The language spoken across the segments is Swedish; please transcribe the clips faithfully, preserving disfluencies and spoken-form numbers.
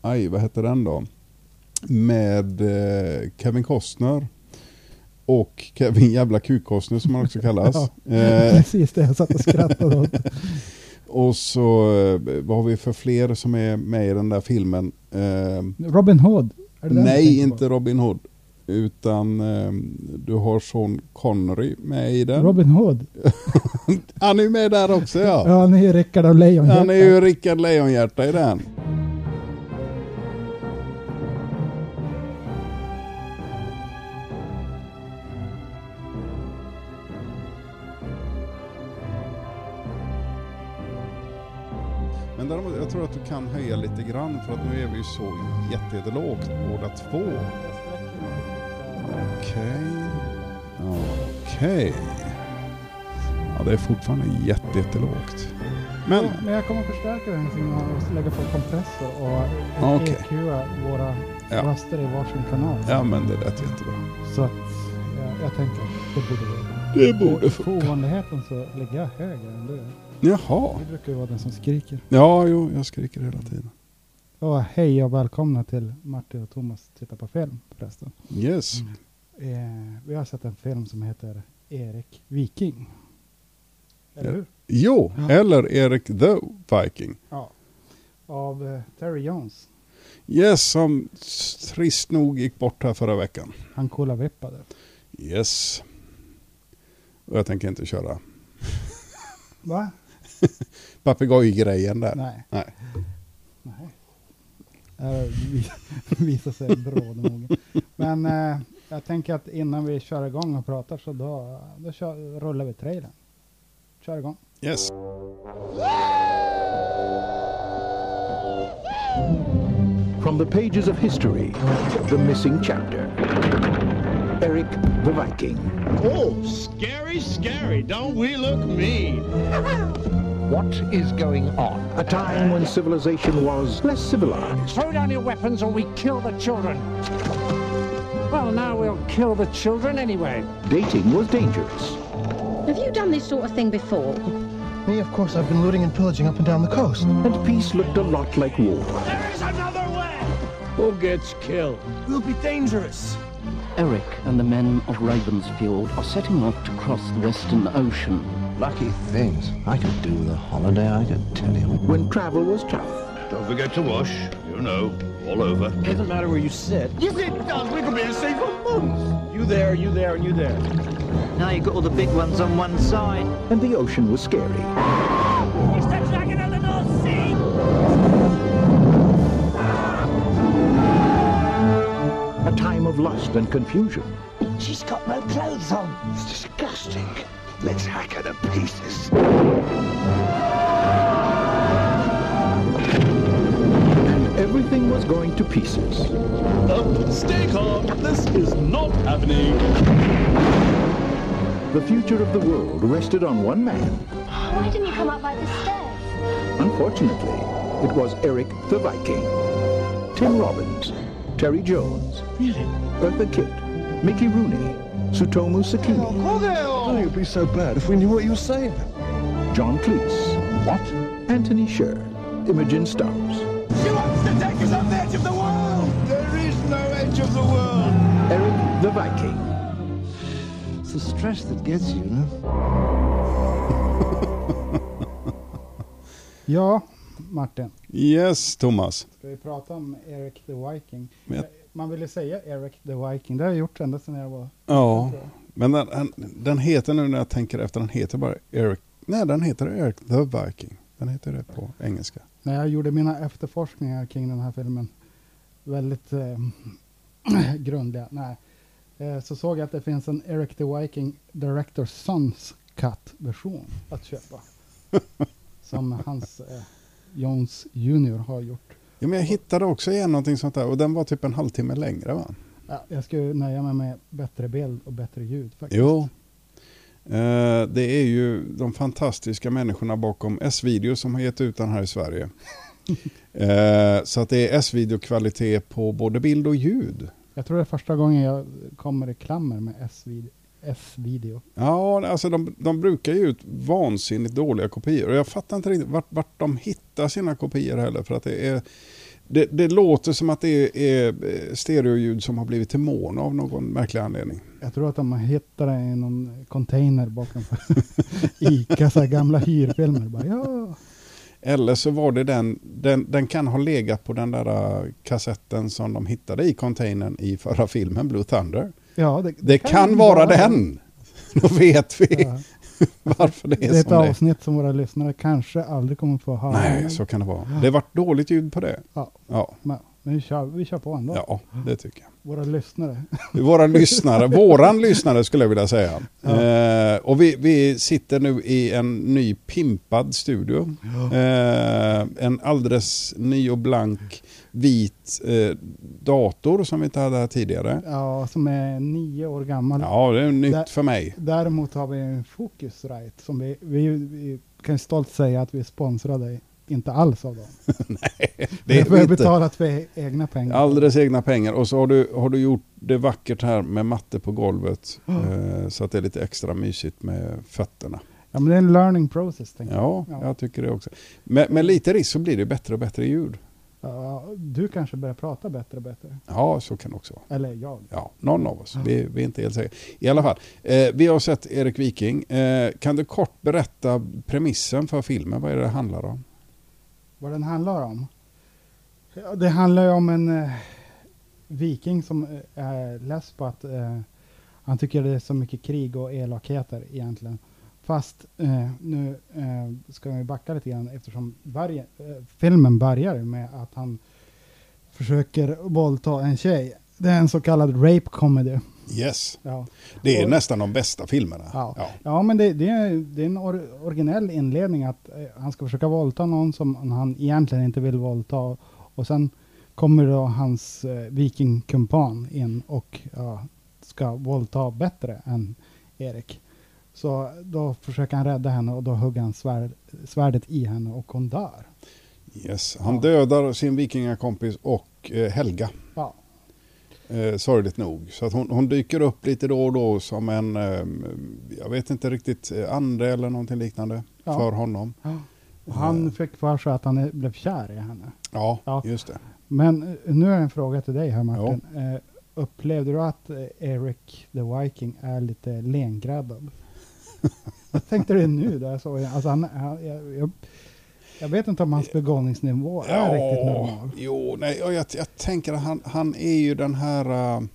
aj, vad heter den då? Med eh, Kevin Costner och Kevin jävla Kukostner som han också kallas. Ja, eh, precis det, jag satt och skrattade åt. Och så eh, vad har vi för fler som är med i den där filmen? Eh, Robin Hood? Är det den du nej, tänker inte på? Robin Hood. Utan eh, du har Sean Connery med i den. Robin Hood? Han är ju med där också, ja. Ja, han är ju Rickard av Lejonhjärta. Han är ju Rickard Lejonhjärta i den. Men däremot, jag tror att du kan höja lite grann för att nu är vi ju så jättelågt båda två. Okej. Okej. Ja, det är fortfarande jättelågt. Men, Ja, men jag kommer förstärka den genom att lägga på kompressor och Okej. E Q:a våra Ja. röster i varsin kanal. ja, men det lät jättebra. Så att jag, jag tänker det borde vara. Det borde Och för funka. ovanligheten så ligger jag högre än du. Jaha. Du brukar ju vara den som skriker. Ja, jo, jag skriker hela tiden. Och hej och välkomna till Martin och Thomas tittar på film förresten. Yes. Eh, vi har sett en film som heter Erik Viking. Eller hur? Jo, Ja. eller Erik the Viking. Ja. Av eh, Terry Jones. Yes, som trist nog gick bort här förra veckan. Han coola vippade. Yes. Och jag tänker inte köra Va? papegojgrejen där. Nej. Nej. Nej. Det visar sig brådmogen. Men eh, jag tänker att innan vi kör igång och pratar så då, då kör, rullar vi trailern. Kör igång. Yes. From the pages of history, the missing chapter. Erik the Viking. Oh, scary, scary. Don't we look mean? What is going on? A time when civilization was less civilized. Throw down your weapons or we kill the children. Well, now we'll kill the children anyway. Dating was dangerous. Have you done this sort of thing before? Me, of course, I've been looting and pillaging up and down the coast. And peace looked a lot like war. There is another way. Who gets killed? We'll be dangerous. Eric and the men of Ravensfield are setting off to cross the Western Ocean. Lucky things. I could do with a holiday, I could tell you. When travel was tough. Don't forget to wash. You know, all over. Doesn't matter where you sit. Yes, it does. We could be safe for months. You there, you there, and you there. Now you've got all the big ones on one side. And the ocean was scary. It's the dragon of the North Sea! A time of lust and confusion. She's got no clothes on. It's disgusting. Let's hack her to pieces. And everything was going to pieces. Um, stay calm. This is not happening. The future of the world rested on one man. Why didn't you come up by the stairs? Unfortunately, it was Erik the Viking. Tim Robbins, Terry Jones, Really? Eartha Kitt, Mickey Rooney, Sutomu Sakimi, Oh, you'd be so bad if we knew what you were saying. John Cleese. What? Anthony Sher, Imogen Stubbs, She wants to take us on the edge of the world. There is no edge of the world. Erik the Viking. It's the stress that gets you, no? Ja, Martin. Yes, Thomas. Ska vi prata om Erik the Viking? Men jag- Man ville säga Erik the Viking. Det har jag gjort ända sedan jag var... Ja, men den, den, den heter nu när jag tänker efter, den heter bara Erik. Nej, den heter Erik the Viking. Den heter det på engelska. När jag gjorde mina efterforskningar kring den här filmen väldigt eh, grundliga. Nej. Eh, så såg jag att det finns en Erik the Viking Director's Sons Cut-version att köpa. Som hans eh, Jones junior har gjort. Ja, men jag hittade också igen någonting sånt där och den var typ en halvtimme längre, va? Ja, jag skulle nöja mig med bättre bild och bättre ljud faktiskt. Jo. Eh, det är ju de fantastiska människorna bakom S-video som har gett ut den här i Sverige. eh, så att det är S-videokvalitet på både bild och ljud. Jag tror det är första gången jag kommer i klammer med S-video. S-video. Ja, alltså de, de brukar ju ut vansinnigt dåliga kopior. Och jag fattar inte riktigt vart, vart de hittar sina kopior heller. För att det är, Det, det låter som att det är, är stereoljud som har blivit till mono av någon märklig anledning. Jag tror att de har hittat det i någon container bakom Ica, så här gamla hyrfilmer. Bara, ja. Eller så var det den, den, den kan ha legat på den där kassetten som de hittade i containern i förra filmen, Blue Thunder. Ja, det, det, det kan, kan vara den. Då vet vi ja. varför det är, det är som ett avsnitt det. Som våra lyssnare kanske aldrig kommer få höra. Nej, så kan det vara. Det har varit dåligt ljud på det. Ja, ja. men, men vi, kör, vi kör på ändå. Ja, det tycker jag. Våra lyssnare. Våra lyssnare, våran lyssnare skulle jag vilja säga. Ja. Eh, och vi, vi sitter nu i en ny pimpad studio. Ja. Eh, en alldeles ny och blank vit eh, dator som vi inte hade här tidigare. Ja, som är nio år gammal. Ja, det är nytt Där, för mig. Däremot har vi en Focusrite som vi, vi, vi kan stolt säga att vi sponsrade inte alls av dem. Nej, det är vi har inte. Betalat för egna pengar. Alldeles egna pengar. Och så har du, har du gjort det vackert här med matte på golvet. Oh. Eh, så att det är lite extra mysigt med fötterna. Ja, men det är en learning process. Tänker ja, jag. ja, jag tycker det också. Med, med lite risk så blir det bättre och bättre ljud. Ja, du kanske börjar prata bättre och bättre. Ja, så kan det också vara. Eller jag. Ja, någon av oss. Vi, vi är inte helt säkra. I alla fall, eh, vi har sett Erik Viking. Eh, kan du kort berätta premissen för filmen? Vad är det det handlar om? Vad den handlar om? Ja, det handlar ju om en eh, viking som eh, är less på att eh, han tycker det är så mycket krig och elakheter egentligen. Fast eh, nu eh, ska vi backa lite grann eftersom varje, eh, filmen börjar med att han försöker våldta en tjej. Det är en så kallad rape comedy. Yes. Ja. Det är och, nästan de bästa filmerna. Ja, ja. ja men det, det, är, det är en or, originell inledning att eh, han ska försöka våldta någon som han egentligen inte vill våldta. Och sen kommer då hans eh, vikingkumpan in och ja, ska våldta bättre än Erik. Så då försöker han rädda henne och då hugger han svärd, svärdet i henne och hon dör. Yes, han ja. dödar sin vikingakompis och eh, Helga. Ja. Eh, sorgligt nog. Så att hon, hon dyker upp lite då och då som en, eh, jag vet inte riktigt, ande eller någonting liknande ja. för honom. Ja. Och han eh. fick för sig att han blev kär i henne. Ja, ja, just det. Men nu är en fråga till dig här, Martin. Eh, upplevde du att eh, Eric the Viking är lite lengräddad? Jag tänkte det nu då jag såg, alltså han, han, jag, jag, jag vet inte om hans begåvningsnivå är ja, riktigt normal. Jo, nej, jag, jag tänker att han, han är ju den här uh,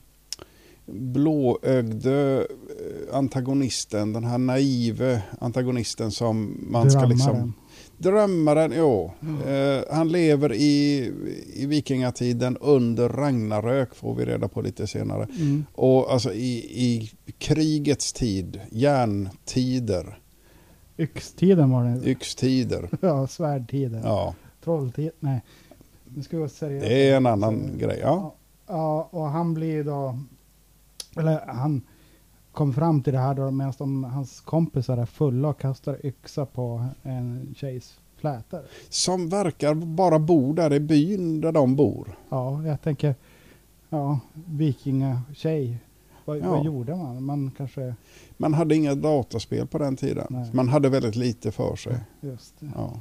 blåögde antagonisten, den här naive antagonisten som man Drömmaren. ska liksom... Drömmaren, jo. Mm. Uh, han lever i, i vikingatiden under Ragnarök, får vi reda på lite senare. Mm. Och alltså i, i krigets tid, järntider. Yxtiden var det. Yxtider. Ja, svärdtider. Ja. Trolltid, nej. Nu ska vi vara seriösa. Det är en annan Så, grej, ja. Ja, och han blir då, eller han kom fram till det här då medan de, hans kompisar är fulla och kastar yxa på en tjejs flätor. Som verkar bara bo där i byn där de bor. Ja, jag tänker, ja, vikingatjej. Vad, ja. vad gjorde man? Man kanske... Man hade inga dataspel på den tiden. Nej. Man hade väldigt lite för sig. Just det. Ja.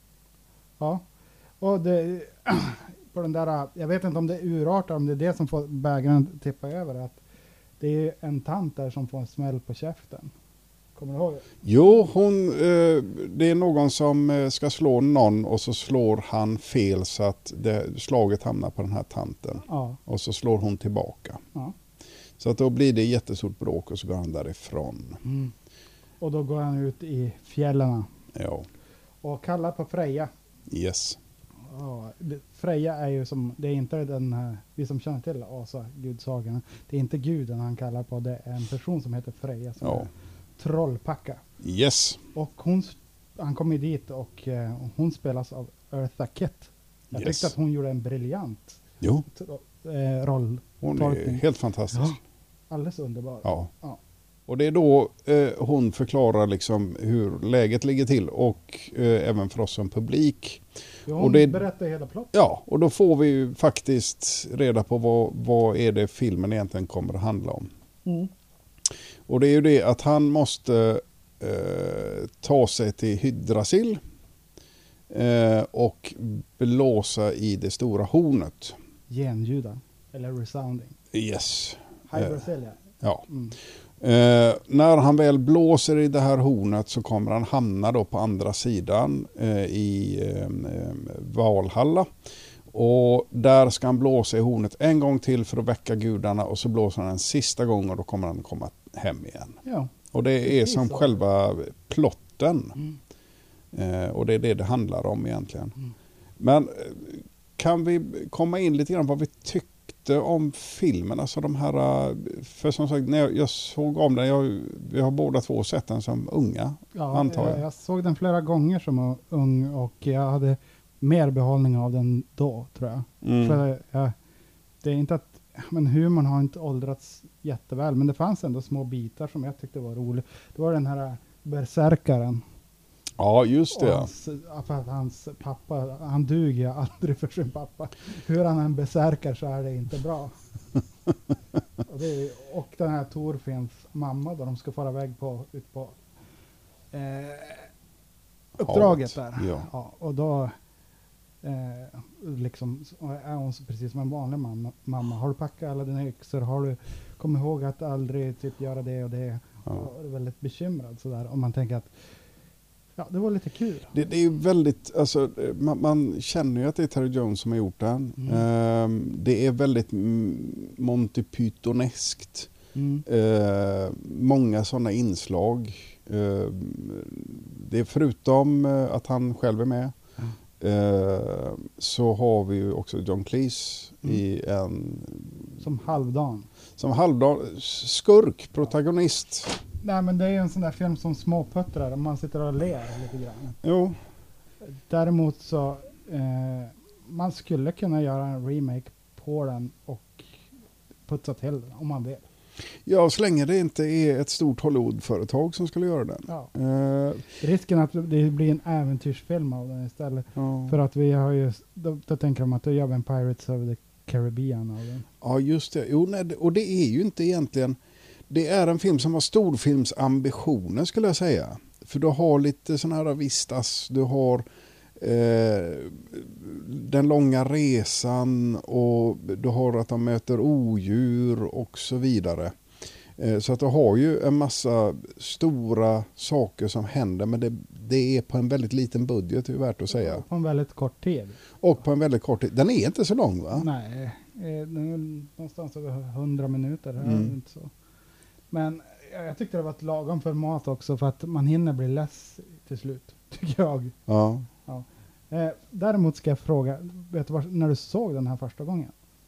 Ja. Och det, på den där, jag vet inte om det är urartar, om det är det som får bägaren tippa över, att det är en tant där som får en smäll på käften. Kommer du ihåg det? Jo, hon, eh, det är någon som eh, ska slå någon och så slår han fel så att det, slaget hamnar på den här tanten. Ja. Och så slår hon tillbaka. Ja. Så att då blir det jättestort bråk och så går han därifrån. Mm. Och då går han ut i fjällen. Ja. Och kallar på Freja. Yes. Ja, det, Freja är ju som, det är inte den här, vi som känner till Asa, gudsagan. Det är inte guden han kallar på, det är en person som heter Freja som ja. är trollpacka. Yes. Och hon, han kommer dit och eh, hon spelas av Eartha Kitt. Jag yes. tyckte att hon gjorde en briljant jo. Eh, roll. Hon är helt fantastisk. Ja, alldeles underbar. Ja. Ja. Och det är då eh, hon förklarar liksom hur läget ligger till och eh, även för oss som publik. Ja, hon och det, berättar hela plott. Ja, och då får vi ju faktiskt reda på vad, vad är det filmen egentligen kommer att handla om. Mm. Och det är ju det att han måste eh, ta sig till Hydrasil eh, och blåsa i det stora hornet. Genljuda. Eller resounding. Yes. High Eh, Brasilia. ja. Mm. Eh, när han väl blåser i det här hornet så kommer han hamna då på andra sidan eh, i eh, Valhalla. Och där ska han blåsa i hornet en gång till för att väcka gudarna och så blåser han en sista gång och då kommer han komma hem igen. Ja. Och det är som så. själva plotten. Mm. Eh, och det är det det handlar om egentligen. Mm. Men eh, kan vi komma in lite grann vad vi tyckte om filmen? Alltså de här, eh, för som sagt, när jag, jag såg om den, jag, vi har båda två sett den som unga, Ja, antar jag. jag. Jag såg den flera gånger som ung och jag hade mer behållning av den då, tror jag. Mm. För jag, det är inte att, men humorn har inte åldrats jätteväl, men det fanns ändå små bitar som jag tyckte var roliga. Det var den här berserkaren. Ja, just det. Och hans, för att hans pappa, han duger aldrig för sin pappa. Hur han än besärkar så är det inte bra. och, det är, och den här Thorfinns mamma då, de ska fara iväg på, ut på eh, uppdraget Havet, där. ja. Ja, och då eh, liksom, är hon så precis som en vanlig mamma. mamma. Har du packat alla dina yxor? Har du kommit ihåg att aldrig typ göra det och det? Ja. Och är väldigt bekymrad sådär. Om man tänker att ja, det var lite kul. Det, det är ju väldigt, alltså, man, man känner ju att det är Terry Jones som har gjort den. Mm. Ehm, det är väldigt mm, Monty Pythoneskt. Mm. Ehm, många sådana inslag. Ehm, det är förutom eh, att han själv är med. Mm. ehm, så har vi ju också John Cleese Mm. i en Som halvdan. som halvdag skurk, protagonist. Nej, men det är ju en sån där film som småputtrar och man sitter och ler lite grann. Jo, Däremot så eh, man skulle kunna göra en remake på den och putsa till den om man vill. ja, så länge det inte är ett stort Hollywood-företag som skulle göra den. Ja. Ehm, Risken att det blir en äventyrsfilm av den istället. ja. För att vi har ju, då, då tänker de att då gör vi en Pirates of the Caribbean av den. Ja, just det. Jo, nej, och det är ju inte egentligen... Det är en film som har storfilmsambitioner, skulle jag säga. För du har lite sån här vistas, du har eh, den långa resan och du har att de möter odjur och så vidare. Eh, så att du har ju en massa stora saker som händer, men det, det är på en väldigt liten budget, det är värt att säga. På en väldigt kort tid. Och på en väldigt kort tid. Den är inte så lång, va? Nej, eh, den är någonstans över hundra minuter. Mm. Mm. Inte så. Men jag, jag tyckte det var ett lagom format också för att man hinner bli less till slut, tycker jag. Ja. Eh, däremot ska jag fråga, vet du var, när du såg den här första gången?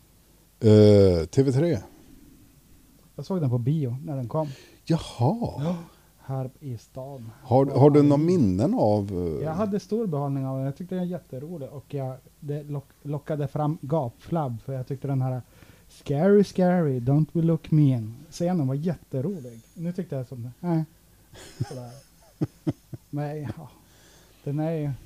Uh, T V tre. Jag såg den på bio när den kom. Jaha. Här i stan. Har, har du någon minnen av... Uh... Jag hade stor behållning av den. Jag tyckte den var jätterolig. Och jag, det lock, lockade fram gapflabb. För jag tyckte den här Scary, scary, don't we look me in. Scenen var jätterolig. Nu tyckte jag som nej. Sådär. Men ja, den är ju...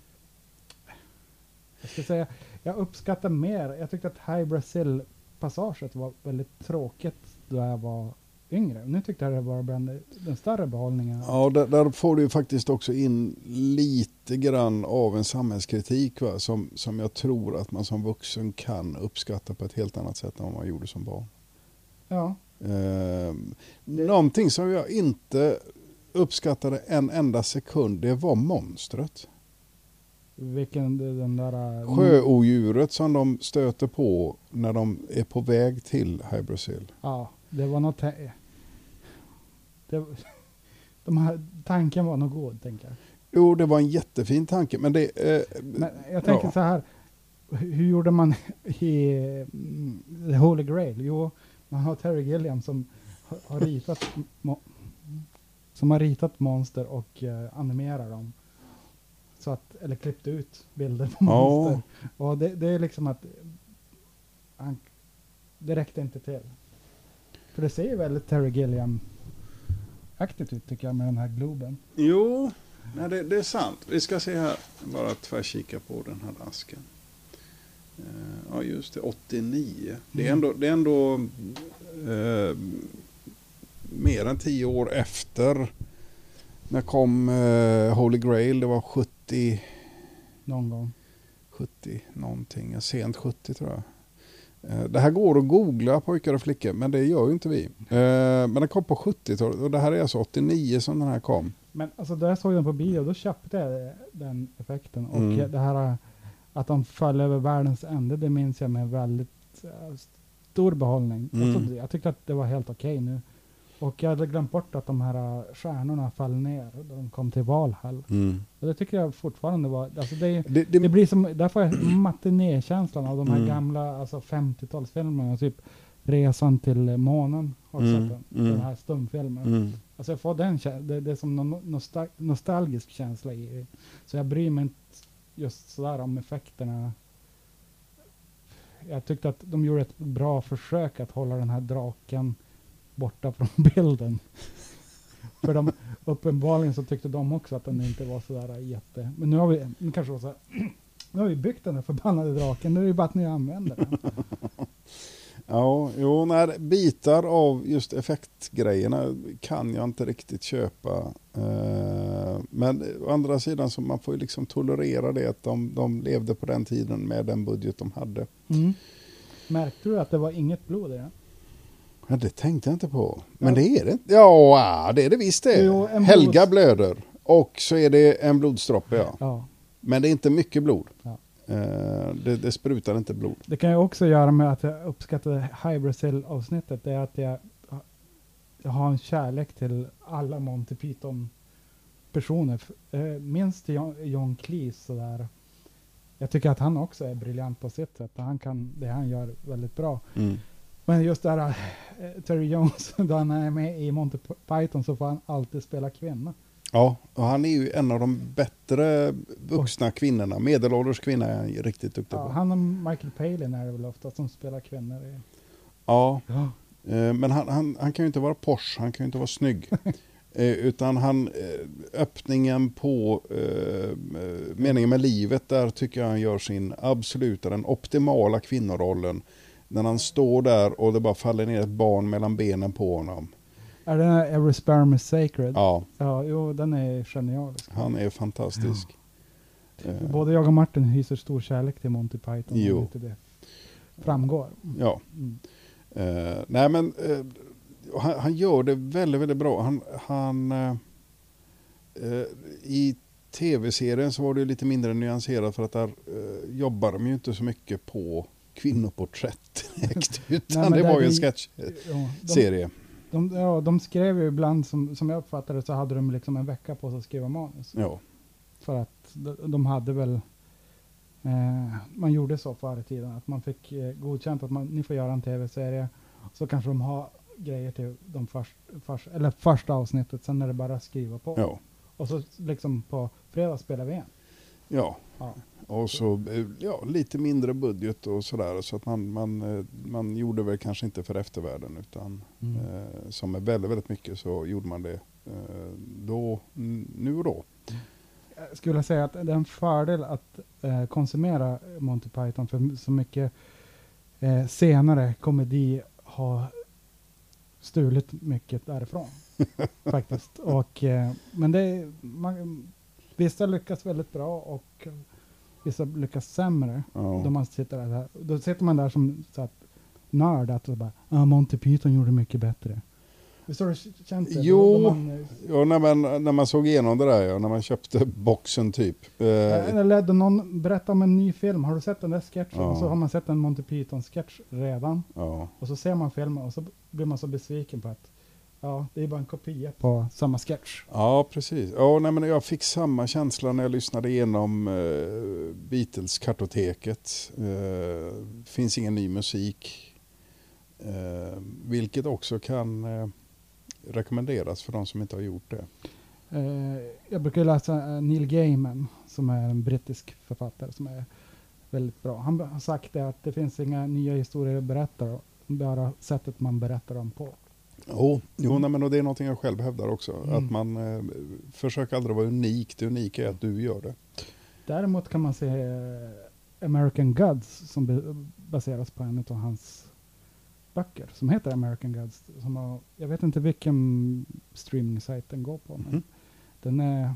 Jag ska säga, jag uppskattar mer. Jag tyckte att High Brazil-passaget var väldigt tråkigt då jag var yngre. Nu tyckte jag det var bland den större behållningen. Ja, där, där får du ju faktiskt också in lite grann av en samhällskritik, va? Som, som jag tror att man som vuxen kan uppskatta på ett helt annat sätt än vad man gjorde som barn. Ja. Eh, någonting som jag inte uppskattade en enda sekund, det var monstret. Vilken den där... Sjöodjuret som de stöter på när de är på väg till High Brazil. Ja, det var något... Det, de här, tanken var nog god, tänker jag. Jo, det var en jättefin tanke, men det... Eh, Men jag tänker ja. så här, hur gjorde man i mm, The Holy Grail? Jo, man har Terry Gilliam som har, har ritat mo- som har ritat monster och eh, animerar dem. Så att, eller klippt ut bilder på Ja. monster. Och det, det är liksom att han, det räckte inte till. För det ser ju väldigt Terry Gilliam-aktigt ut, tycker jag, med den här globen. Jo, nej, det, det är sant. Vi ska se här, bara tvärkika på den här asken. Uh, ja, just det, åttionio. Det är ändå, det är ändå uh, mer än tio år efter när kom uh, Holy Grail. Det var sjuttio, någon gång. sjuttio någonting, sent sjuttio tror jag. Det här går att googla pojkar och flickor, men det gör ju inte vi. Men den kom på sjuttiotalet och det här är alltså åttionio som den här kom. Men alltså där såg jag den på bio, då köpte jag den effekten. Och Mm. det här att de föll över världens ände, det minns jag med väldigt uh, stor behållning. Mm. Alltså, jag tyckte att det var helt okej okay nu. Och jag hade glömt bort att de här stjärnorna föll ner då de kom till Valhall. Mm. Och det tycker jag fortfarande var, alltså det, Det, det, det blir som, där får jag matinékänslan av de här Mm. gamla alltså femtiotalsfilmerna, typ Resan till månen, har du Mm, sett den? mm. Den här stumfilmen. mm. Alltså jag får den kä- det, det är som någon nostal- nostalgisk känsla i. Så jag bryr mig inte just sådär om effekterna. Jag tyckte att de gjorde ett bra försök att hålla den här draken borta från bilden. För de, uppenbarligen så tyckte de också att den inte var sådär jätte... Men nu har vi, nu kanske var så här, nu har vi byggt den här förbannade draken, nu är det bara att ni använder den. Ja, jo, när bitar av just effektgrejerna kan jag inte riktigt köpa. Eh, men å andra sidan så man får ju liksom tolerera det att de, de levde på den tiden med den budget de hade. Mm. Märkte du att det var inget blod i den? Ja, det tänkte jag inte på. Men Ja. det är det. Ja, det är det visst det. Jo, en Helga blod- blöder. Och så är det en blodsdroppe, ja. Ja. Men det är inte mycket blod. Ja. Eh, det, det sprutar inte blod. Det kan ju också göra med att jag uppskattade High Brazil-avsnittet. Det är att jag, jag har en kärlek till alla Monty Python-personer. Eh, minst John, John Cleese sådär. Jag tycker att han också är briljant på sitt sätt. Han kan, det han gör väldigt bra. Mm. Men just det här eh, Terry Jones, då han är med i Monty Python så får han alltid spela kvinna. Ja, och han är ju en av de bättre vuxna kvinnorna. Medelålders kvinna är han riktigt duktig Ja, på. han och Michael Palin är det väl ofta som spelar kvinnor. I. Ja, Ja. eh, men han, han, han kan ju inte vara Porsche, han kan ju inte vara snygg. eh, utan han, eh, öppningen på eh, meningen med livet, där tycker jag han gör sin absoluta, den optimala kvinnorollen. När han står där och det bara faller ner ett barn mellan benen på honom. Är det Every Sperm is Sacred? Ja, Ja, jo, den är genialisk. han är fantastisk. Eh, Både jag och Martin hyser stor kärlek till Monty Python. Jo. Om inte det framgår. ja. Mm. Eh, nej men eh, han, han gör det väldigt, väldigt bra. Han, han eh, eh, i tv-serien så var det ju lite mindre nyanserat för att där eh, jobbar de ju inte så mycket på kvinnoporträtt direkt, utan Nej, men det där var ju en vi- sketchserie. Ja, de, de, ja, de skrev ju ibland, som, som jag uppfattade så hade de liksom en vecka på sig att skriva manus. Ja. För att de, de hade väl, eh, man gjorde så förr i tiden, att man fick eh, godkänt att man, ni får göra en tv-serie. Så kanske de har grejer till de först, först, eller första avsnittet, sen är det bara att skriva på. Ja. Och så liksom på fredag spelar vi igen. Ja. Ja. Och så eh, ja, lite mindre budget och sådär. Så att man, man, eh, man gjorde väl kanske inte för eftervärlden, utan Mm. eh, som är väldigt, väldigt mycket så gjorde man det eh, då, n- nu och då. Jag skulle vilja säga att det är en fördel att eh, konsumera Monty Python, för så mycket eh, senare komedi har stulit mycket därifrån. Faktiskt. Och, eh, men det är, man, vissa lyckas väldigt bra och eh, vissa lyckas sämre. Ja. Då, man sitter där, då sitter man där som så att, nörd att och bara, ah, Monty Python gjorde mycket bättre. Visst har du känt det? Jo. Då, då man, eh, Ja, när man, när man såg igenom det där, ja, när man köpte boxen typ. Eh, Eller då någon berättar om en ny film. Har du sett den där sketchen? Ja. Och så har man sett en Monty Python-sketch redan. ja. Och så ser man filmen och så blir man så besviken på att ja, det är bara en kopia på samma sketch. ja, precis. Ja, nej, men jag fick samma känsla när jag lyssnade igenom eh, Beatles-kartoteket. Eh, finns ingen ny musik. Eh, vilket också kan eh, rekommenderas för de som inte har gjort det. Eh, jag brukar läsa eh, Neil Gaiman som är en brittisk författare som är väldigt bra. Han har sagt det att det finns inga nya historier att berätta, bara sättet man berättar dem på. Oh, jo, nej, men och det är någonting jag själv hävdar också. Mm. Att man eh, försöker aldrig vara unik. Det unika är att du gör det. Däremot kan man se eh, American Gods som be- baseras på en av hans böcker som heter American Gods. Som har, jag vet inte vilken streaming-sajt den går på. Men Mm. den är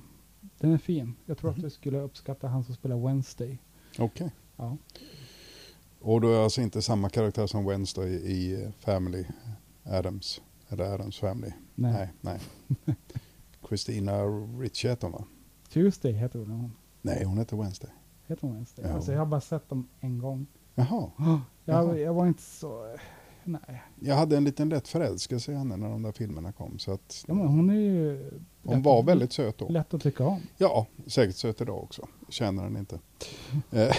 den är fin. Jag tror Mm. att du skulle uppskatta han som spelar Wednesday. Okej. Okay. Ja. Och då är alltså inte samma karaktär som Wednesday i Family Adams. Eller Adams Family. Nej. Nej. nej. Christina Ricci heter hon, va? Tuesday heter hon. Nej, hon heter Wednesday. Heter hon Wednesday? Ja. Alltså jag har bara sett dem en gång. Jaha. Jag, Jaha. jag var inte så... Nej. Jag hade en liten lätt förälskelse i henne när de där filmerna kom. Så att Ja, men hon är ju... hon var väldigt söt då. Lätt att tycka om. Ja, säkert söt idag också. Känner den inte. Eh,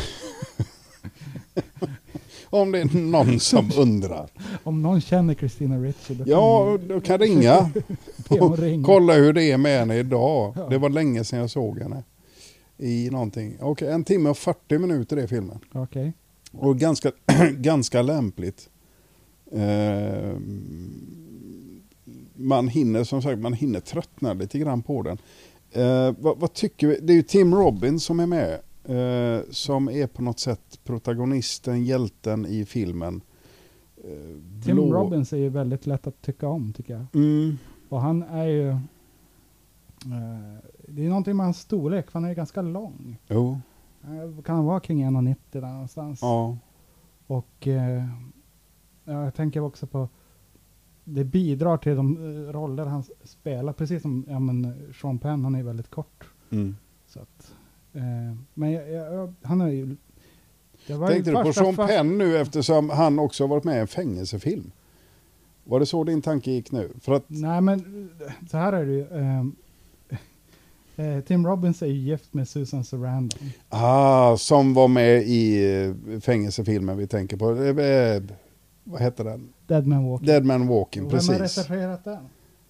Om det är någon som undrar. Om någon känner Christina Ricci. Då Ja, kan du kan ringa. och ringa. Kolla hur det är med henne idag. Ja. Det var länge sedan jag såg henne. I någonting. Okej, en timme och fyrtio minuter är filmen. Okej. Okay. Och ganska, ganska lämpligt. Eh, man hinner som sagt, man hinner tröttna lite grann på den. Eh, vad, vad tycker vi? Det är ju Tim Robbins som är med. Eh, som är på något sätt protagonisten, hjälten i filmen. Eh, Tim blå... Robbins är ju väldigt lätt att tycka om, tycker jag. Mm. Och han är ju... Eh, det är någonting med hans storlek, för han är ju ganska lång. Jo. Eh, kan han vara kring en komma nittio där någonstans. Ja. Och eh, ja, jag tänker också på... Det bidrar till de eh, roller han spelar. Precis som ja, men Sean Penn, han är väldigt kort. Mm. Så att, eh, men jag, jag, han är ju... Det var Tänkte ju du på första Sean för- Penn nu eftersom han också har varit med i en fängelsefilm? Var det så din tanke gick nu? För att, Nej, men så här är det ju. ehm, eh, Tim Robbins är ju gift med Susan Sarandon. ah, som var med i eh, fängelsefilmen vi tänker på. Eh, vad heter den? Dead Man Walking. Dead Man Walking, Och vem har precis. regisserat den?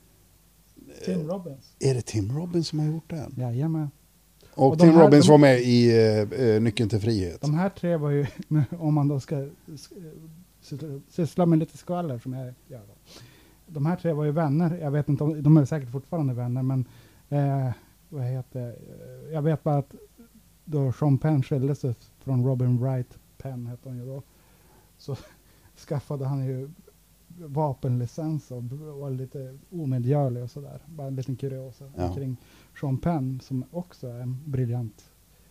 Tim Robbins. Är det Tim Robbins som har gjort den? Jajamän. Och, Och de Tim här- Robbins de- var med i eh, Nyckeln till frihet. De här tre var ju, om man då ska s- syssla- syssla med lite skvaller som jag gör då. De här tre var ju vänner. Jag vet inte om, de är säkert fortfarande vänner, men eh, vad heter eh, jag vet bara att då Sean Penn skilde sig från Robin Wright, Penn hette han ju då, så skaffade han ju vapenlicens och var lite omedgörlig och sådär. Bara en liten kuriosa Ja. kring Sean Penn som också är en briljant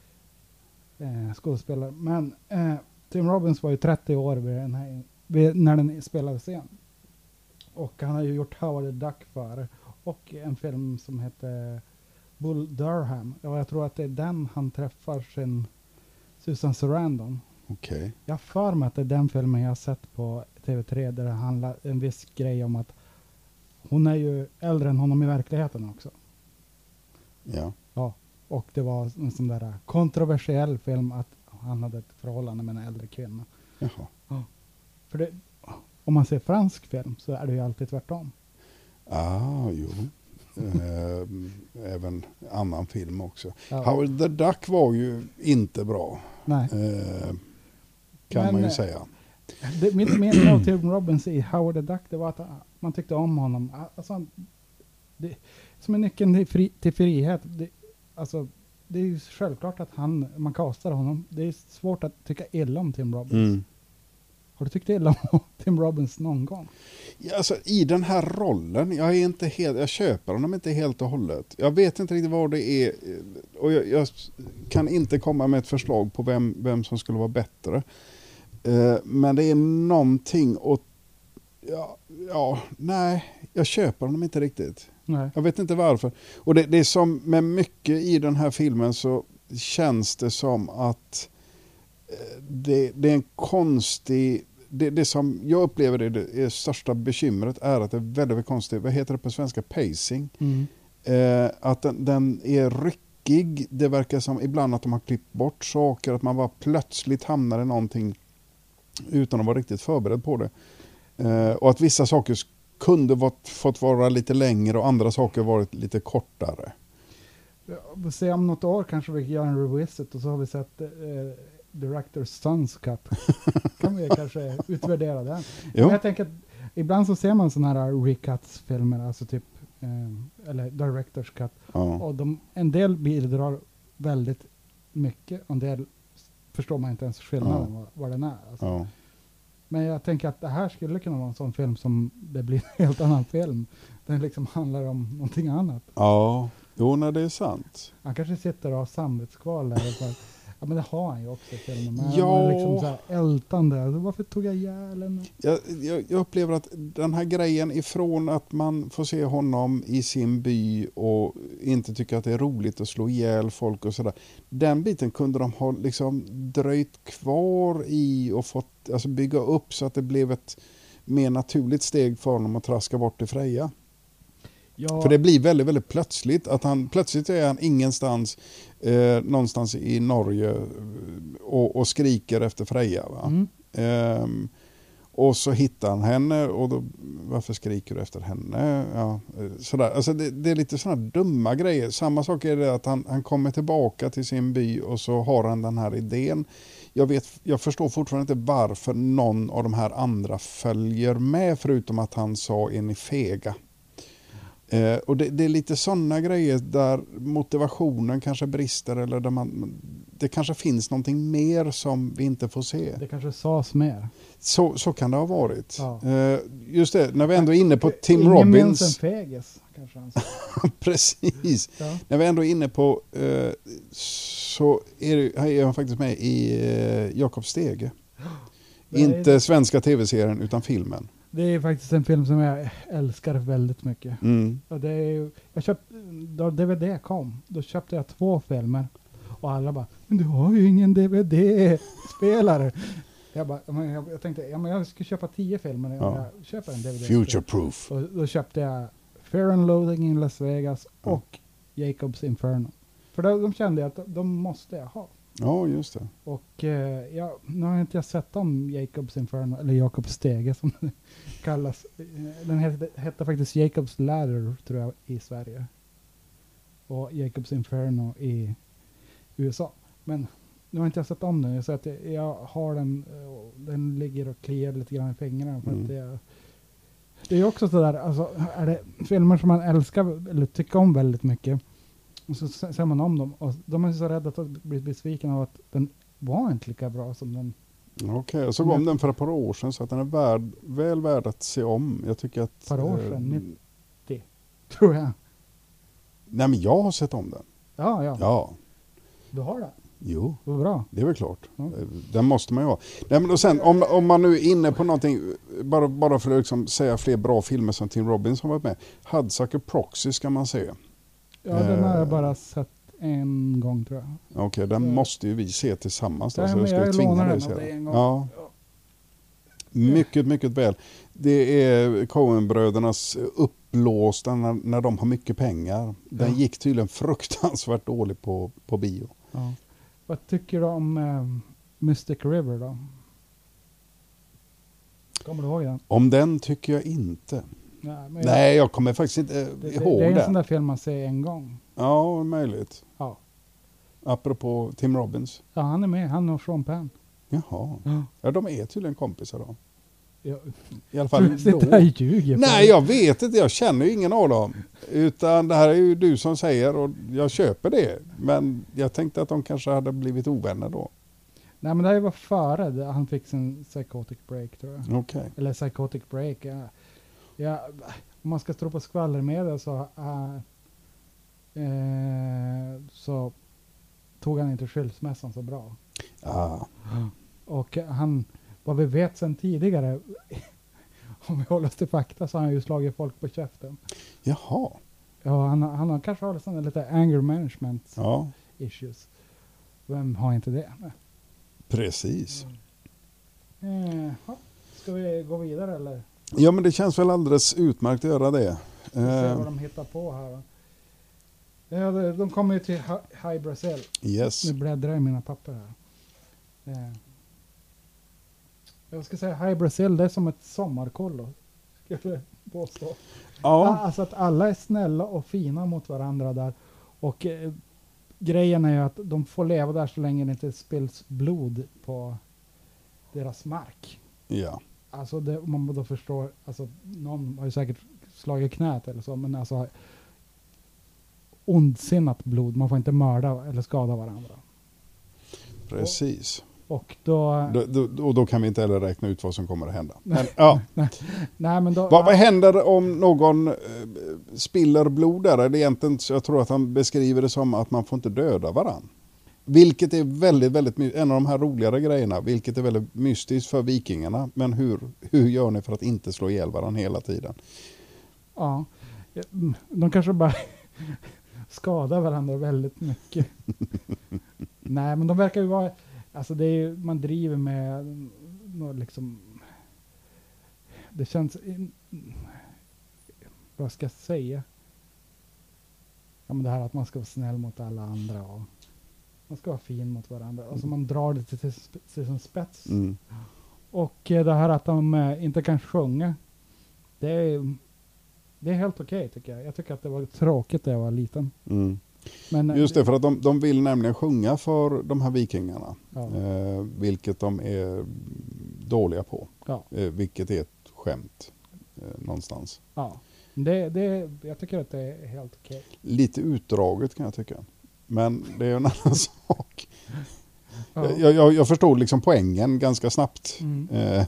eh, skådespelare. Men eh, Tim Robbins var ju trettio år vid den här, vid, när den spelades igen. Och han har ju gjort Howard the Duck för och en film som heter Bull Durham. Och jag tror att det är den han träffar sin Susan Sarandon. Okej. Jag har för mig att det är den filmen jag har sett på T V tre där det handlar en viss grej om att hon är ju äldre än honom i verkligheten också. Ja. Ja, och det var en sån där kontroversiell film att han hade ett förhållande med en äldre kvinna. Jaha. För det, om man ser fransk film så är det ju alltid tvärtom. Ah, jo. Eh, även annan film också. Ja. Howard the Duck var ju inte bra. Nej. Eh, kan Men, man ju eh, säga. Det, mitt minne av Tim Robbins i Howard the Duck, det var att ah, man tyckte om honom. Ah, Alltså, han- det, som är nyckeln till, fri, till frihet. Det, alltså, det är ju självklart att han, man kastar honom. Det är svårt att tycka illa om Tim Robbins. Mm. Har du tyckt illa om Tim Robbins någon gång? Ja, alltså, i den här rollen, jag, är inte helt, jag köper honom inte helt och hållet. Jag vet inte riktigt vad det är och jag, jag kan inte komma med ett förslag på vem, vem som skulle vara bättre. Eh, men det är någonting åt, ja, ja, nej, jag köper honom inte riktigt. Nej. Jag vet inte varför. Och det, det är som med mycket i den här filmen så känns det som att eh, det, det är en konstig... Det, det som jag upplever det, det är största bekymret är att det är väldigt, väldigt konstigt. Vad heter det på svenska? Pacing. Mm. Eh, att den, den är ryckig. Det verkar som ibland att de har klippt bort saker. Att man bara plötsligt hamnar i någonting utan att vara riktigt förberedd på det. Eh, och att vissa saker kunde varit, fått vara lite längre och andra saker varit lite kortare. Ja, vi ser om något år kanske vi gör en revisit och så har vi sett eh, Director's Sons Cut. Kan vi kanske utvärdera den. Jo. Men jag tänker att ibland så ser man sådana här recuts-filmer, alltså typ eh, eller Director's Cut. Ja. Och de, en del bidrar väldigt mycket, en del förstår man inte ens skillnaden Ja. vad, vad den är. Alltså. Ja. Men jag tänker att det här skulle kunna vara en sån film som det blir en helt annan film. Den liksom handlar om någonting annat. Ja. Jo, när det är sant. Han kanske sitter och har samvetskval där. Och så här, ja, men det har han ju också i filmen. Men Ja. han är liksom så här ältande. Alltså, varför tog jag ihjäl henne? Jag, jag, jag upplever att den här grejen ifrån att man får se honom i sin by och inte tycker att det är roligt att slå ihjäl folk och sådär. Den biten kunde de ha liksom dröjt kvar i och fått alltså bygga upp så att det blev ett mer naturligt steg för honom att traska bort till Freja. Ja. För det blir väldigt, väldigt plötsligt att han plötsligt är han ingenstans eh, någonstans i Norge och, och skriker efter Freja. Va? Mm. Ehm, och så hittar han henne och då, varför skriker du efter henne? Ja, sådär. Alltså det, det är lite sådana dumma grejer. Samma sak är det att han, han kommer tillbaka till sin by och så har han den här idén. Jag, vet, jag förstår fortfarande inte varför någon av de här andra följer med förutom att han sa är ni fega. Eh, och det, det är lite sådana grejer där motivationen kanske brister eller där man, det kanske finns någonting mer som vi inte får se. Det kanske sades mer. Så, så kan det ha varit. Ja. Eh, just det, när vi ändå är inne på Tim Ingen Robbins. minns en fegis, kanske han sa. Precis. Ja. När vi ändå är inne på eh, så är, det, här är han faktiskt med i eh, Jakob Stege. Det är- Inte svenska tv-serien utan filmen. Det är faktiskt en film som jag älskar väldigt mycket. Mm. Och det är ju, jag köpte, då D V D kom, då köpte jag två filmer. Och alla bara, men du har ju ingen D V D-spelare. Jag, bara, men jag, jag tänkte, ja, men jag ska köpa tio filmer. Ja. Jag köper en D V D. Future proof. Och då köpte jag Fear and Loathing in Las Vegas Ja. och Jacob's Inferno. För de, de kände jag att de måste jag ha. Ja, just det. Och eh, ja, nu har jag inte jag sett om Jacob's Inferno, eller Jakob Stege som det kallas. Eh, Den hette, hette faktiskt Jacob's Ladder tror jag i Sverige. Och Jacob's Inferno i U S A. Men nu har inte jag sett om den, så att jag, jag har den, eh, och den ligger och kliar lite grann i fingrarna. För Mm. att det, det är ju också sådär, alltså är det filmer som man älskar eller tycker om väldigt mycket. Och så s- ser man om dem och de är så rädda att bli besviken av att den var inte lika bra som den. Okej, jag såg om den för ett par år sedan så att den är värd, väl värd att se om. Jag tycker att... Par år eh, sedan, nittio, tror jag. Nej, men jag har sett om den. Ja, ja. Ja, Du har det. jo, Vad bra. det är väl klart. Ja. Eh, Den måste man ju ha. Nej, men och sen, om, om man nu är inne på någonting, bara, bara för att liksom säga fler bra filmer som Tim Robbins har varit med. Hudsucker Proxy ska man se. Ja, den har Eh. jag bara sett en gång tror jag. Okej, den Ja. måste ju vi se tillsammans. Då, Ja, så men jag skulle jag tvinga lånar dig den att av se dig en den. gång. Ja, mycket, mycket väl. Det är Coen-brödernas uppblåsta när, när de har mycket pengar. Den Ja. gick tydligen fruktansvärt dåligt på, på bio. Ja. Vad tycker du om eh, Mystic River då? Kommer du ihåg den? Om den tycker jag inte. Nej, men Nej, jag kommer faktiskt inte eh, det, det, ihåg det är en det. sån där film man ser en gång. Ja, möjligt. Ja. Apropå Tim Robbins. Ja, han är med. Han och Sean Penn. Jaha. Ja. Ja, de är tydligen kompisar då. Jag, I alla du fall sitter då. här och ljuger. för Nej, mig. jag vet inte. Jag känner ju ingen av dem. Utan det här är ju du som säger och jag köper det. Men jag tänkte att de kanske hade blivit ovänner då. Nej, men det här var före det- han fick sin psychotic break tror jag. Okej. Eller psychotic break. Ja. Ja, om man ska tro på skvallermedia så, äh, eh, så tog han inte skilsmässan så bra. Ah, Och han, vad vi vet sedan tidigare, om vi håller oss till fakta, så har han ju slagit folk på käften. jaha. Ja, han, har- han har kanske har sådana lite anger management Ja, issues. Vem har inte det? precis. Eh, ja. Ska vi gå vidare eller? Ja, men det känns väl alldeles utmärkt att göra det. Vi ser Eh, vad de hittar på här. då. Ja, de, de kommer ju till Hi- High Brazil. yes. Nu bläddrar jag i mina papper här. Eh. Jag ska säga High Brazil, det är som ett sommarkollo. Ska jag påstå. Ja, Alltså att alla är snälla och fina mot varandra där. Och eh, grejen är ju att de får leva där så länge det inte spills blod på deras mark. ja. Alltså det, om man då förstår, alltså någon har ju säkert slagit knät eller så, men alltså ondsinnat blod, man får inte mörda eller skada varandra. Precis. Och då... Då, då, och då kan vi inte heller räkna ut vad som kommer att hända. Men, ja. Nej, men då, vad, vad händer om någon eh, spiller blod där? Är det egentligen, jag tror att han beskriver det som att man får inte döda varann. Vilket är väldigt, väldigt, en av de här roligare grejerna, vilket är väldigt mystiskt för vikingarna. Men hur, hur gör ni för att inte slå ihjäl varann hela tiden? Ja, de kanske bara skadar varandra väldigt mycket. Nej, men de verkar ju vara, alltså det är ju, man driver med något liksom, det känns, vad ska jag säga? Ja, men det här att man ska vara snäll mot alla andra och man ska vara fin mot varandra. Alltså man drar det till, till, till sin spets. Mm. Och eh, det här att de eh, inte kan sjunga, det är, det är helt okej okay, tycker jag. Jag tycker att det var tråkigt när jag var liten. Mm. Men, just det, för att de, de vill nämligen sjunga för de här vikingarna. Ja. Eh, vilket de är dåliga på. Ja. Eh, vilket är ett skämt eh, någonstans. Ja, det, det, jag tycker att det är helt okej. Okay. Lite utdraget kan jag tycka. Men det är en annan sak. Ja. Jag, jag, jag förstod liksom poängen ganska snabbt. Mm. Eh,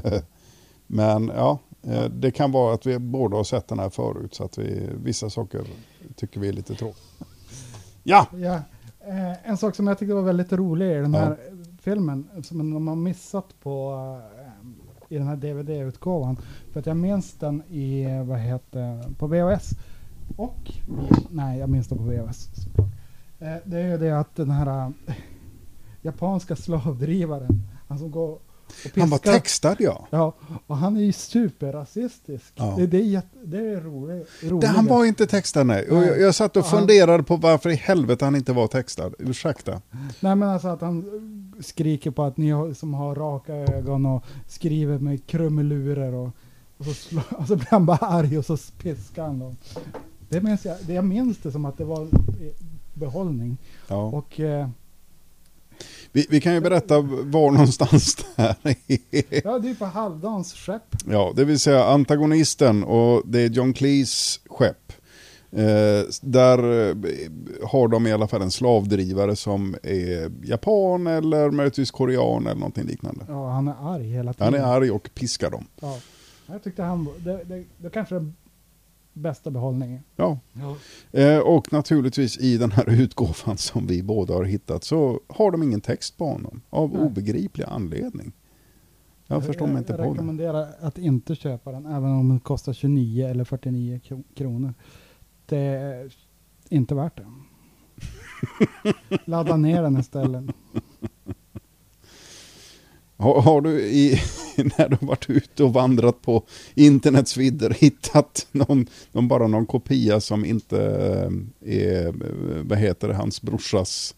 men ja, eh, det kan vara att vi båda har sett den här förut. Så att vi, vissa saker tycker vi är lite tråkigt. Ja! Ja. Eh, en sak som jag tyckte var väldigt rolig i den här ja. filmen, som de har missat på eh, i den här D V D-utgåvan. För att jag minns den i, vad heter, på V H S. Och, nej jag minns den på V H S. Eh, det är ju det att den här äh, japanska slavdrivaren, han som går och piskar. Han var textad, ja. Ja, och han är ju superrasistisk. Ja. Det, det är jätte, det är roligt. Det, han var inte textad, nej. Och jag, jag satt och han, funderade på varför i helvete han inte var textad. Ursäkta. Nej, men alltså att han skriker på att ni har, som har raka ögon och skriver med krumelurer och, och, så, slå, och så blir han bara arg och så piskar han dem. Det minns jag, det jag minns det som att det var behållning. Ja. Och eh, vi, vi kan ju berätta var någonstans där är. Ja, det är på Halvdans skepp. Ja, det vill säga antagonisten, och det är John Cleese skepp. Eh, där eh, har de i alla fall en slavdrivare som är japan eller möjligtvis korean eller någonting liknande. Ja, han är arg hela tiden. Han är arg och piskar dem. Ja, jag tyckte han, det, det, det kanske är bästa behållningen. Ja, ja. Eh, och naturligtvis i den här utgåvan som vi båda har hittat så har de ingen text på honom av Nej. obegriplig anledning. Jag, jag förstår mig inte jag på det. Jag rekommenderar att inte köpa den även om den kostar tjugonio eller fyrtionio kronor. Det är inte värt det. Ladda ner den istället. Har, har du i, när du varit ute och vandrat på internets vidder hittat någon, någon, bara någon kopia som inte är, vad heter det, hans brorsas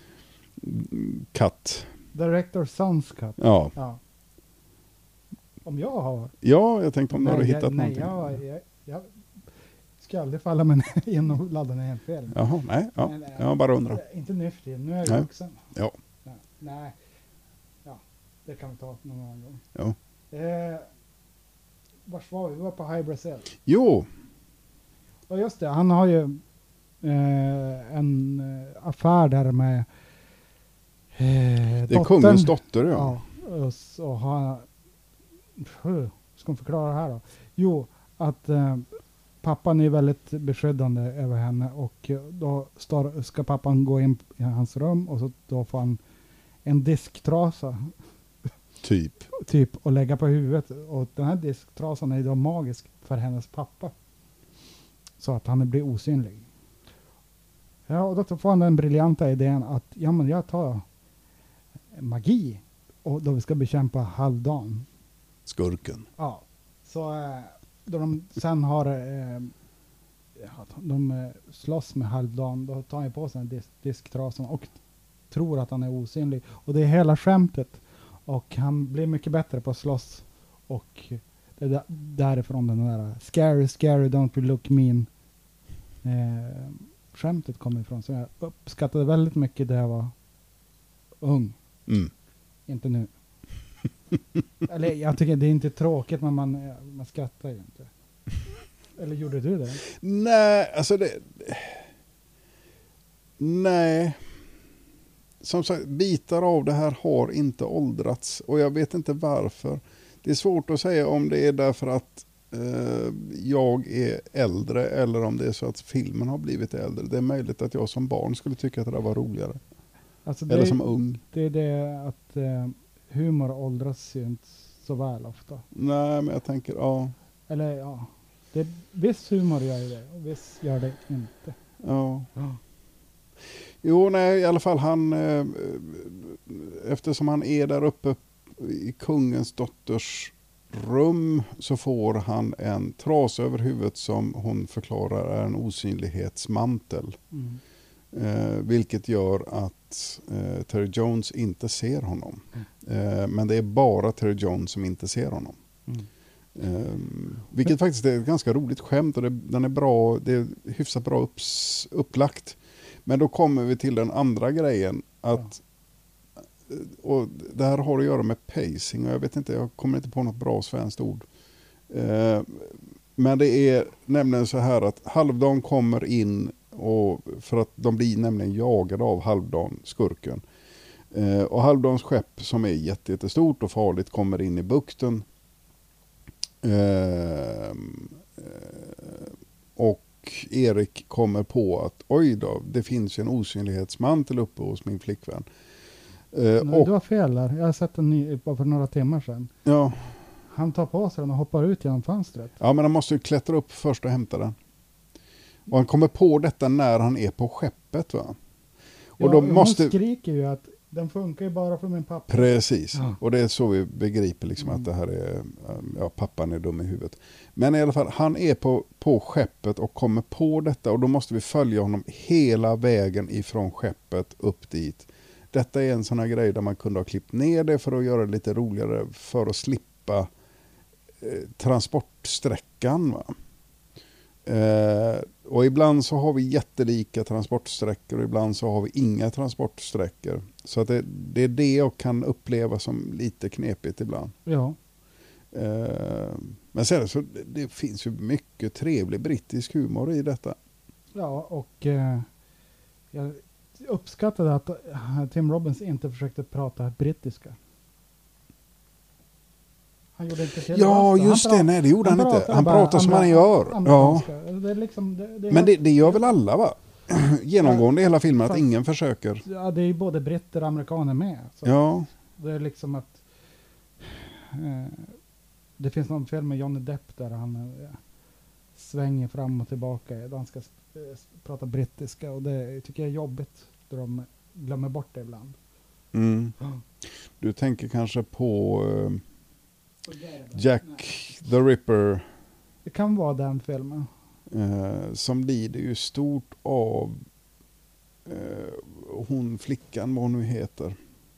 katt? Director Sons cut. Ja. ja. Om jag har? Ja, jag tänkte om nej, du har hittat jag, någonting. Nej, jag, jag, jag ska aldrig falla mig in och ladda ner en film. Jaha, nej. Ja. Men, jag bara undrar. Inte nu för tiden, nu är jag vuxen. Ja. Nej. nej. Det kan vi ta någon annan gång. Ja. Eh, vars var vi? Vi var på High Brazil. Jo. Och just det, han har ju eh, en eh, affär där med eh, det är dottern. kungens dotter, ja. ja och så har hur ska man förklara det här då? Jo, att eh, pappan är väldigt beskyddande över henne och då står, ska pappan gå in i hans rum och så då får han en disktrasa. Typ. Typ och lägga på huvudet. Och den här disktrasan är då magisk för hennes pappa. Så att han blir osynlig. Ja, och då får han den briljanta idén att ja, men jag tar magi och då vi ska bekämpa Halvdan. Skurken. Ja. Så eh, då de sen har eh, de slåss med Halvdan, då tar han på sig den disk- disktrasan och tror att han är osynlig. Och det är hela skämtet. Och han blir mycket bättre på att slåss. Och det är där, därifrån den där scary, scary, don't you look mean eh, skämtet kommer ifrån. Så jag uppskattade väldigt mycket när jag var ung. Mm. Inte nu. Eller jag tycker det är inte tråkigt, men man, man skrattar ju inte. Eller gjorde du det? Nej, alltså det... Nej... som sagt, bitar av det här har inte åldrats och jag vet inte varför. Det är svårt att säga om det är därför att eh, jag är äldre eller om det är så att filmen har blivit äldre. Det är möjligt att jag som barn skulle tycka att det där var roligare. Alltså det eller är, som ung. Det är det att eh, humor åldras ju inte så väl ofta. Nej, men jag tänker, ja. Eller ja, det, viss humor gör ju det och viss gör det inte. Ja. Ja. Jo, nej, i alla fall han, eh, eftersom han är där uppe i kungens dotters rum så får han en tras över huvudet som hon förklarar är en osynlighetsmantel. Mm. Eh, vilket gör att eh, Terry Jones inte ser honom. Mm. Eh, men det är bara Terry Jones som inte ser honom. Mm. Eh, vilket faktiskt är ett ganska roligt skämt och det, den är bra, det är hyfsat bra upps, upplagt. Men då kommer vi till den andra grejen att ja. och det här har att göra med pacing och jag vet inte, jag kommer inte på något bra svenskt ord. Eh, men det är nämligen så här att Halvdan kommer in och för att de blir nämligen jagade av Halvdan, skurken. Eh, och Halvdans skepp som är jätte, jättestort och farligt kommer in i bukten. Eh, eh, och Erik kommer på att oj då, det finns ju en osynlighetsmantel uppe hos min flickvän. Eh, Nej, och, du har fel där. Jag har sett den ny, bara för några timmar sedan. Ja. Han tar på sig den och hoppar ut genom fönstret. Ja, men han måste ju klättra upp först och hämta den. Och han kommer på detta när han är på skeppet, va? Och Ja, då hon måste... skriker ju att den funkar ju bara för min pappa. Precis, ja. Och det är så vi begriper liksom mm. att det här är, ja, pappan är dum i huvudet. Men i alla fall, han är på, på skeppet och kommer på detta och då måste vi följa honom hela vägen ifrån skeppet upp dit. Detta är en sån här grej där man kunde ha klippt ner det för att göra det lite roligare för att slippa eh, transportsträckan, va? Eh, och ibland så har vi jättelika transportsträckor och ibland så har vi inga transportsträckor. Så att det, det är det jag kan uppleva som lite knepigt ibland. Ja. Eh, men sen så det, det finns ju mycket trevlig brittisk humor i detta. Ja, och eh, jag uppskattade att Tim Robbins inte försökte prata brittiska. Han gjorde inte till Ja, rösten. just han det. Nej, det gjorde han, han inte. Han bara pratar som han gör. Ja. Det är liksom, det, det är Men det, det gör väl alla, va? Genomgående i hela filmen, Fast, att ingen försöker. Ja, det är ju både britter och amerikaner med. Så Ja. det är liksom att eh, det finns någon film med Johnny Depp där han eh, svänger fram och tillbaka där han ska eh, prata brittiska och det tycker jag är jobbigt då de glömmer bort det ibland. Mm. Du tänker kanske på uh, Jack the Ripper. Det kan vara den filmen. Uh, som lider ju stort av uh, hon flickan, vad hon nu heter.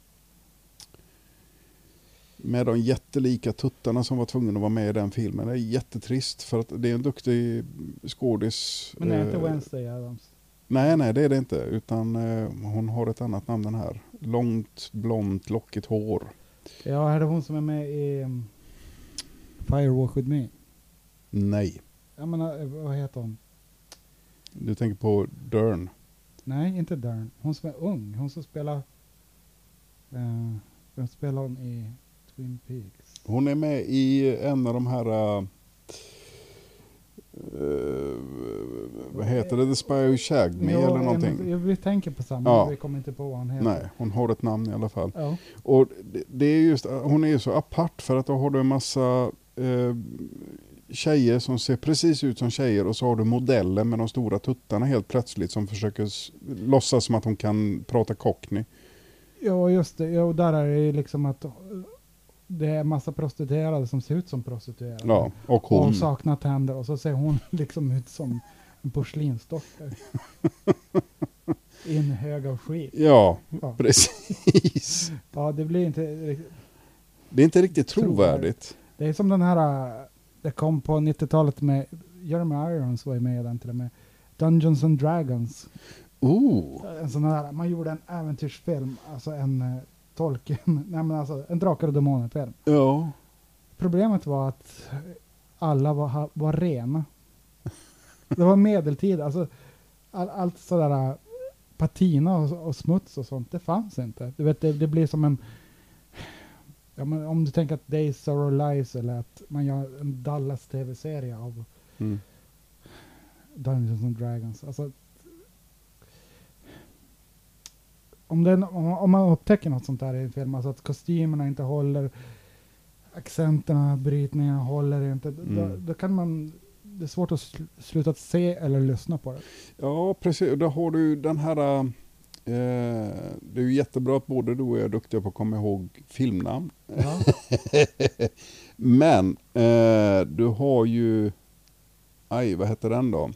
Med de jättelika tuttarna som var tvungna att vara med i den filmen. Det är jättetrist för att det är en duktig skådis. Men det är inte uh, Wednesday Addams. Nej, nej, det är det inte. Utan uh, hon har ett annat namn den här. Långt, blont, lockigt hår. Ja, är det hon som är med i um, Fire Walk With Me? Nej. Jag menar, vad heter hon? Du tänker på Dern. Nej, inte Dern. Hon som är ung. Hon som spelar... Uh, hon spelar hon i Twin Peaks. Hon är med i en av de här... Uh, uh, vad heter det? The Spy Who Shagged Me jo, eller någonting. En, vi tänker på samma, ja. vi kommer inte på vad hon heter. Nej, hon har ett namn i alla fall. Ja. Och det, det är just, hon är ju så apart för att då har du en massa uh, tjejer som ser precis ut som tjejer och så har du modeller med de stora tuttarna helt plötsligt som försöker s- låtsas som att hon kan prata cockney. Ja, just det. Ja, och där är det liksom att det är massa prostituerade som ser ut som prostituerade. Ja, och Och hon. hon saknar tänder och så ser hon liksom ut som en porslinsdotter. I en hög av skit. Ja, Ja. precis. Ja, det blir inte... Det är inte riktigt trovärdigt. Det är som den här... Det kom på nittiotalet med... Jeremy Irons var ju med i den till och med. Dungeons and Dragons. Oh. En sån här... Man gjorde en äventyrsfilm. Alltså en... Uh, Tolkien. Nej men alltså en Drakar och Demoner-film. Ja. Problemet var att alla var, var rena. Det var medeltid. Alltså all, allt sådär patina och, och smuts och sånt, det fanns inte. Du vet, det, det blir som en... Ja, men om du tänker att Days of Our Lives eller att man gör en Dallas tv-serie av Mm. Dungeons and Dragons. Alltså, om, det, om, om man upptäcker något sånt där i en film, alltså att kostymerna inte håller, accenterna, brytningarna håller inte, Mm. då, då kan man, det är svårt att sl sluta att se eller lyssna på det. Ja, precis. Då har du den här... Eh, det är ju jättebra att både du och jag är duktiga på att komma ihåg filmnamn. Ja. Men eh, du har ju... Aj, vad heter den då?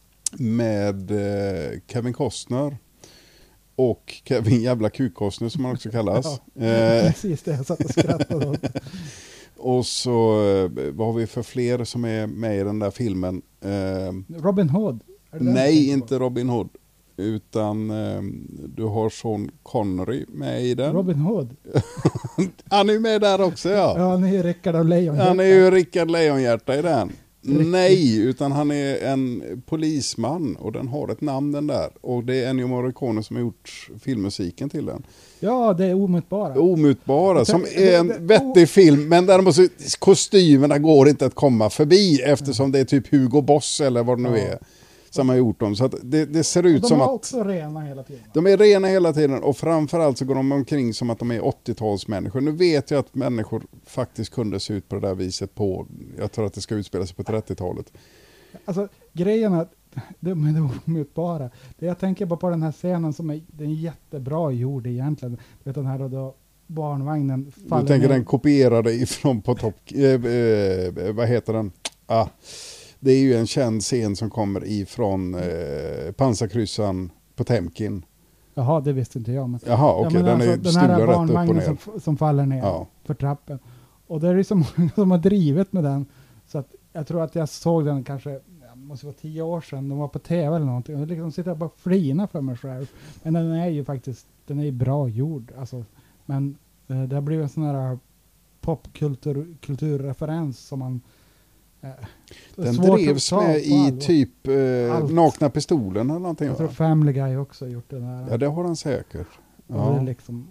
Med eh, Kevin Costner och Kevin jävla Kuk-Costner som han också kallas. Ja, eh, precis det, jag satt och skrattade åt. och så, eh, vad har vi för fler som är med i den där filmen? Eh, Robin Hood? Är det den nej, du tänker inte på? Robin Hood. Utan eh, du har Sean Connery med i den. Robin Hood? Han är ju med där också, ja. Ja, han är ju Rickard av Lejonhjärta. Han är ju Rickard Lejonhjärta i den. Riktigt. Nej, utan han är en polisman och den har ett namn den där. Och det är Ennio Morricone som har gjort filmmusiken till den. Ja, det är omutbara. Omutbara, som Det- är en det- det- vettig film. Men däremot så, kostymerna går inte att komma förbi eftersom det är typ Hugo Boss eller vad det nu Ja. är som har gjort dem. Så att det, det ser ut De som var att... också rena hela tiden. De är rena hela tiden och framförallt så går de omkring som att de är åttiotalsmänniskor. Nu vet jag att människor faktiskt kunde se ut på det där viset på, jag tror att det ska utspela sig på trettiotalet. Alltså grejen är att de är det omutbara. Det jag tänker bara på den här scenen som är, den är jättebra gjord egentligen. Du vet den här då, då barnvagnen faller Du tänker ner. den kopierade ifrån på topp, eh, eh, vad heter den? Ah, det är ju en känd scen som kommer ifrån eh, pansarkryssan Potemkin. Jaha, det visste inte jag. Men, Jaha, okej, men den alltså, är den stulen här rätt upp och barnvagnen ner. som, som faller ner Ja. för trappen. Och det är ju så många som har drivit med den. Så att jag tror att jag såg den kanske, ja, måste vara tio år sedan, de var på tv eller någonting. Och liksom sitter jag bara och flinar för mig själv. Men den är ju faktiskt, den är ju bra gjord. Alltså, men eh, det har blivit en sån här popkultur kulturreferens som man... Eh, det är Den svårt att drevs ta med på i allvar. typ eh, Allt. Nakna pistolen eller någonting. Jag tror Va? Family Guy också har gjort det där. Ja, det har han säkert. Och det är Ja, liksom,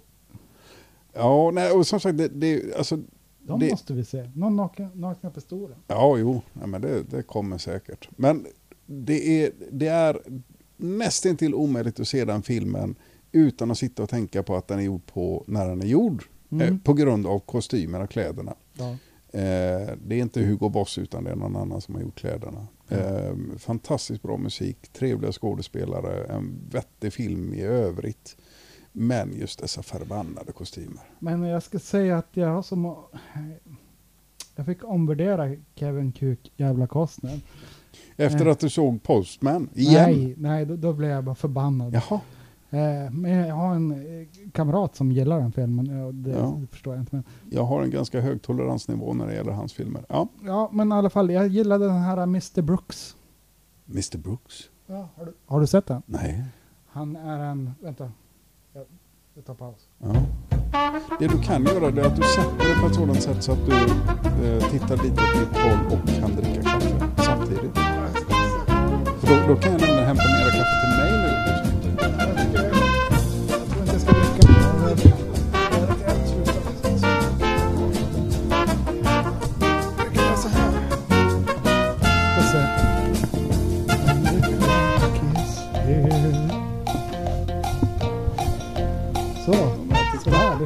ja nej, och som sagt, det, det, alltså, de det, måste vi se. Någon nakna, nakna pistolen. ja, jo, ja, men det, det kommer säkert. Men det är, det är nästintill omöjligt att se den filmen utan att sitta och tänka på att den är gjord på när den är gjord. Mm. Eh, på grund av kostymerna och kläderna. Ja. Eh, det är inte Hugo Boss utan det är någon annan som har gjort kläderna. Eh, fantastiskt bra musik, trevliga skådespelare, en vettig film i övrigt. Men just dessa förbannade kostymer. Men jag ska säga att jag har som... Jag fick omvärdera Kevin Kuk jävla Costner. Efter Eh. att du såg Postman igen. Nej, nej då, då blev jag bara förbannad. Jaha. Eh, men jag har en eh, kamrat som gillar den filmen. Och det, Ja. det förstår jag inte. Men, Jag har en ganska hög toleransnivå när det gäller hans filmer. Ja. ja, men i alla fall, jag gillade den här mister Brooks. mister Brooks? Ja, har, du, har du sett den? Nej. Han är en... Vänta. Jag, jag tar paus. Ja. Det du kan göra det är att du sätter det på ett sådant sätt så att du eh, tittar lite åt ditt håll och kan dricka kaffe samtidigt. För då, då kan jag nämligen hämta mera kaffe till mig nu. Jag tror inte jag ska dricka mer. Jag kan göra så här. Får se. Så, sådär.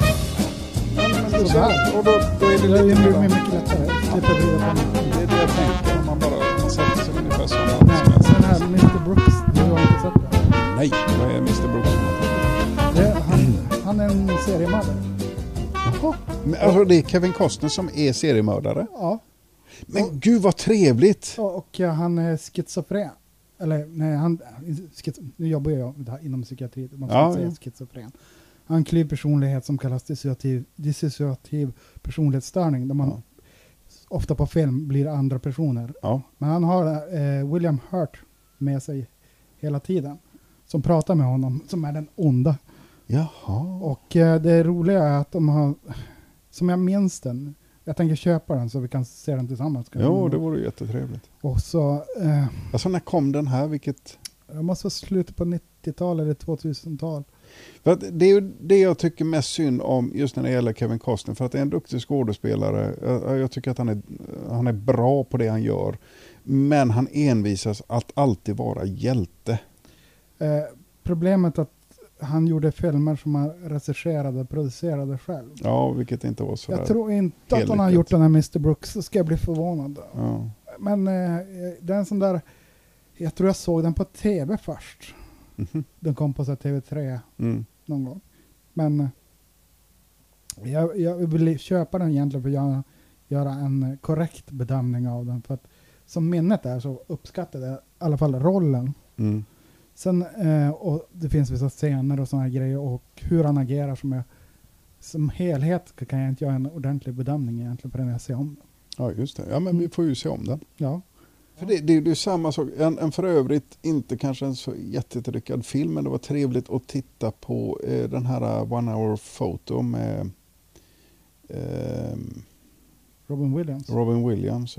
Sådär. Och då, då är det Det är lite ju mer. mycket lättare. Slipper vrida på mig. Det är det jag tänker om man bara man sätter sig ungefär som Nej, någon som helst. den här mister Brooks, du har inte sett den. Nej, vad är mister Brooks? Det är, han, han är en seriemördare. Jaha. Men, alltså det är Kevin Costner som är seriemördare. Ja. Men gud vad trevligt. Och, och ja, han är schizofren. Eller nej, han, schiz, nu jobbar jag inom psykiatri. Man ska Ja, inte säga ja. schizofren. Han har en klyv personlighet som kallas dissociativ, dissociativ personlighetsstörning. Där man Ja. ofta på film blir andra personer. Ja. Men han har eh, William Hurt med sig hela tiden. Som pratar med honom, som är den onda. Jaha. Och eh, det roliga är att de har, som jag minns den, jag tänker köpa den så vi kan se den tillsammans. Jo, det vore jättetrevligt. Och så, eh, Alltså när kom den här? Vilket... Jag måste vara slutet på nittiotal eller tvåtusental. För att det är ju det jag tycker mest synd om just när det gäller Kevin Costner. För att det är en duktig skådespelare. Jag, jag tycker att han är, han är bra på det han gör. Men han envisas att alltid vara hjälte. Eh, problemet att han gjorde filmer som han regisserade och producerade själv. Ja, vilket inte var så. Jag tror inte att han har gjort den här mister Brooks, så ska jag bli förvånad. Ja. Men eh, den som där, jag tror jag såg den på tv först. Mm-hmm. Den kom på så T V tre mm. någon gång. Men eh, jag, jag vill köpa den egentligen för att göra, göra en korrekt bedömning av den. För att som minnet är så uppskattade jag i alla fall rollen. Mm. Sen, eh, och det finns vissa scener och såna här grejer och hur han agerar som, jag, som helhet kan jag inte göra en ordentlig bedömning egentligen på den jag ser om den. Ja, just det. Ja, men vi får ju se om den. Ja. För det, det, det är samma sak. En, en för övrigt inte kanske en så jättetryckad film, men det var trevligt att titta på eh, den här One Hour Photo med eh, Robin Williams. Robin Williams, ja.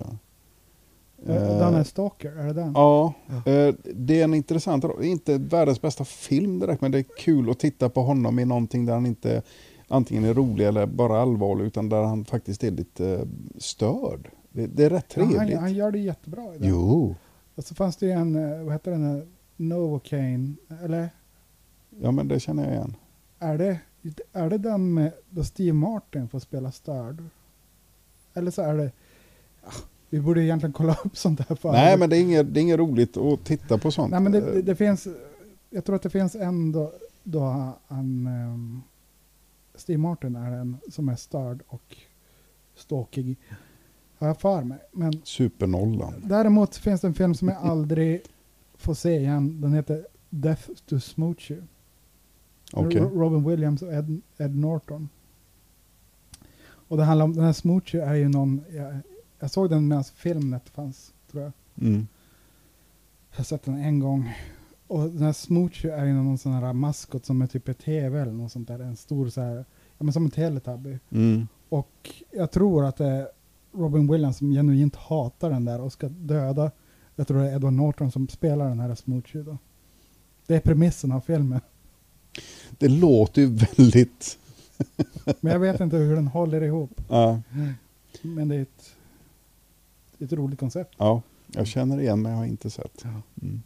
Eh, den är Stalker, är det den? Ja, ja. Eh, det är en intressant, inte världens bästa film direkt, men det är kul att titta på honom i någonting där han inte antingen är rolig eller bara allvarlig, utan där han faktiskt är lite störd. Det, det är rätt trevligt. Ja, han, han gör det jättebra i den. Jo. Och så fanns det ju en, vad heter den, Novocaine, eller? Ja, men det känner jag igen. Är det, är det den med då Steve Martin får spela störd? Eller så är det, ja, vi borde egentligen kolla upp sånt här. För Nej, men det är, inget, det är inget roligt att titta på sånt. Nej, men det, det, det finns, jag tror att det finns en då, då han, um, Steve Martin är en som är störd och stalkig. Har jag för mig. Men Supernollan. Däremot finns det en film som jag aldrig får se igen. Den heter Death to Smoochie. Okay. Robin Williams och Ed, Ed Norton. Och det handlar om, den här Smoochie är ju någon, jag, jag såg den medan Filmnet fanns, tror jag. Mm. Jag har sett den en gång. Och den här Smoochie är ju någon sån här maskot som är typ ett tv eller något sånt där. En stor så här, ja men som en Teletubby. Mm. Och jag tror att det är Robin Williams som genuint hatar den där och ska döda. Jag tror det är Edward Norton som spelar den här Smoochie då. Det är premissen av filmen. Det låter ju väldigt... Men jag vet inte hur den håller ihop. Ja. Men det är ett, ett roligt koncept. Ja, jag känner igen men jag har inte sett. Ja. Mm.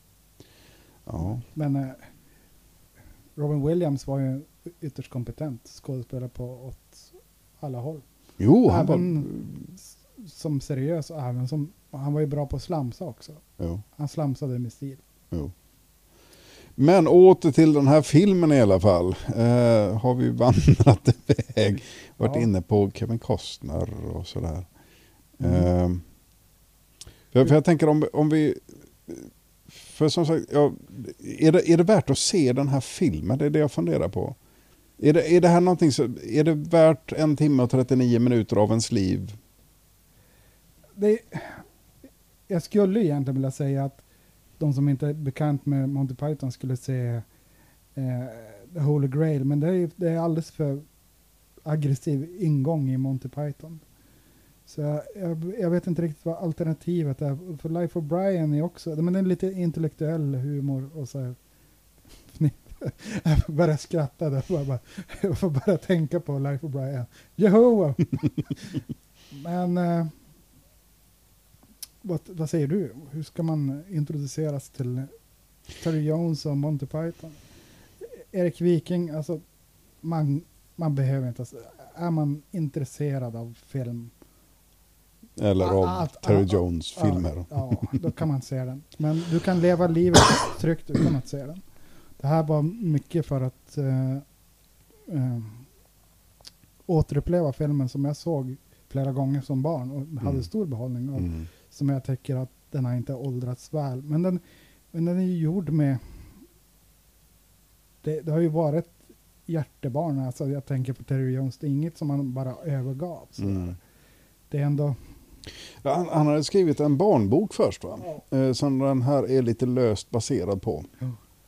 Ja. Men eh, Robin Williams var ju ytterst kompetent skådespelare på åt alla håll. Jo, han även var... som seriös och även som, han var ju bra på att slamsa också. Jo. Han slamsade med stil. Jo. Men åter till den här filmen i alla fall. Eh, har vi vandrat iväg. Varit Ja. inne på Kevin Costner och sådär. Mm. Eh, för, för jag tänker om, om vi... För som sagt, ja, är, det, är det värt att se den här filmen? Det är det jag funderar på. Är det, är det här någonting så, är det värt en timme och trettionio minuter av ens liv? Det, jag skulle egentligen vilja säga att de som inte är bekant med Monty Python skulle se eh, The Holy Grail, men det är, det är alldeles för aggressiv ingång i Monty Python. Så jag, jag, jag vet inte riktigt vad alternativet är. För Life of Brian är också, men det är lite intellektuell humor och så här. Jag får börja skratta där. Jag, bara, jag får börja tänka på Life of Brian. Jehova! Men eh, vad, vad säger du? Hur ska man introduceras till Terry Jones och Monty Python? Erik Viking, alltså man, man behöver inte, är man intresserad av film Eller av ah, Terry ah, Jones ah, filmer. Ja, då kan man se den. Men du kan leva livet tryggt utan att se den. Det här var mycket för att uh, uh, återuppleva filmen som jag såg flera gånger som barn och hade Mm. stor behållning av. Mm. Som jag tycker att den har inte åldrats väl. Men den, men den är ju gjord med... Det, det har ju varit hjärtebarn. Alltså jag tänker på Terry Jones. Det är inget som man bara övergav. Så Mm. det är ändå... Ja, han, han hade skrivit en barnbok först, va? Ja. Eh, som den här är lite löst baserad på. Ja.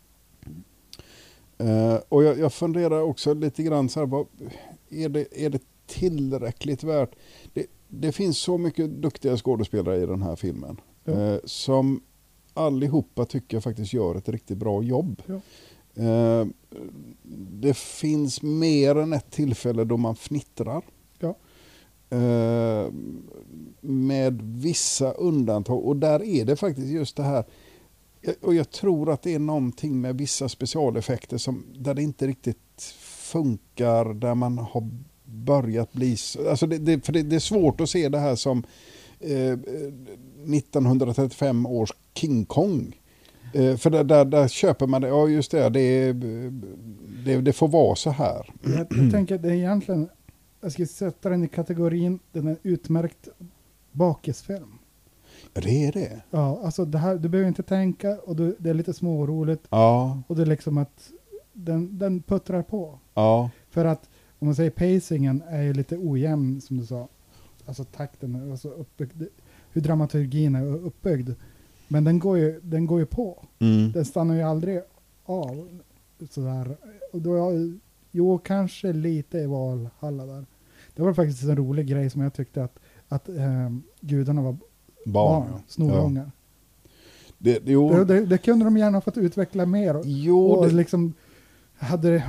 Eh, och jag, jag funderar också lite grann så här, vad, är, det, är det tillräckligt värt? Det, det finns så mycket duktiga skådespelare i den här filmen. Ja. Eh, som allihopa tycker jag faktiskt gör ett riktigt bra jobb. Ja. Eh, det finns mer än ett tillfälle då man fnittrar. Ja. Eh, med vissa undantag. Och där är det faktiskt just det här. Och jag tror att det är någonting med vissa specialeffekter som, där det inte riktigt funkar, där man har börjat bli... Alltså det, det, för det, det är svårt att se det här som eh, nittonhundratrettiofem års King Kong. Eh, för där, där, där köper man det, ja just det, det, det, det får vara så här. Jag, jag tänker att det är egentligen, jag ska sätta den i kategorin, den är utmärkt bakisfilm. Det är det. Ja, alltså det här, du behöver inte tänka och du, det är lite småroligt. Ja. Och det är liksom att den, den puttrar på. Ja. För att om man säger pacingen är ju lite ojämn som du sa. Alltså takten, alltså uppbyggd, hur dramaturgin är uppbyggd. Men den går ju, den går ju på. Mm. Den stannar ju aldrig av. Sådär. Och då, jo, kanske lite i Valhalla där. Det var faktiskt en rolig grej som jag tyckte att, att eh, gudarna var barn, barn snorungar. Ja. Det, jo. Det, det, det kunde de gärna ha fått utveckla mer. Jo, och det... liksom hade det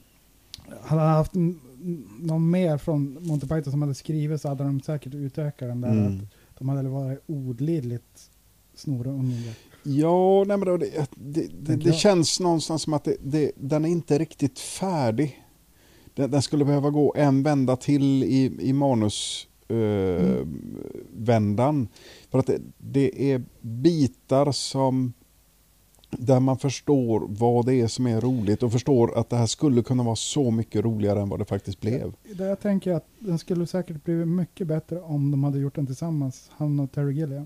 hade haft n- någon mer från Monty Python som hade skrivit, så hade de säkert utökat den där. Mm. Att de hade varit odlidligt snorungar. Ja, nej, men då, det, det, det, det känns någonstans som att det, det, den är inte riktigt färdig. Den, den skulle behöva gå en vända till i, i manus uh, mm. vändan. För att det, det är bitar som där man förstår vad det är som är roligt och förstår att det här skulle kunna vara så mycket roligare än vad det faktiskt blev. Det jag tänker att den skulle säkert bli mycket bättre om de hade gjort den tillsammans, han och Terry Gilliam.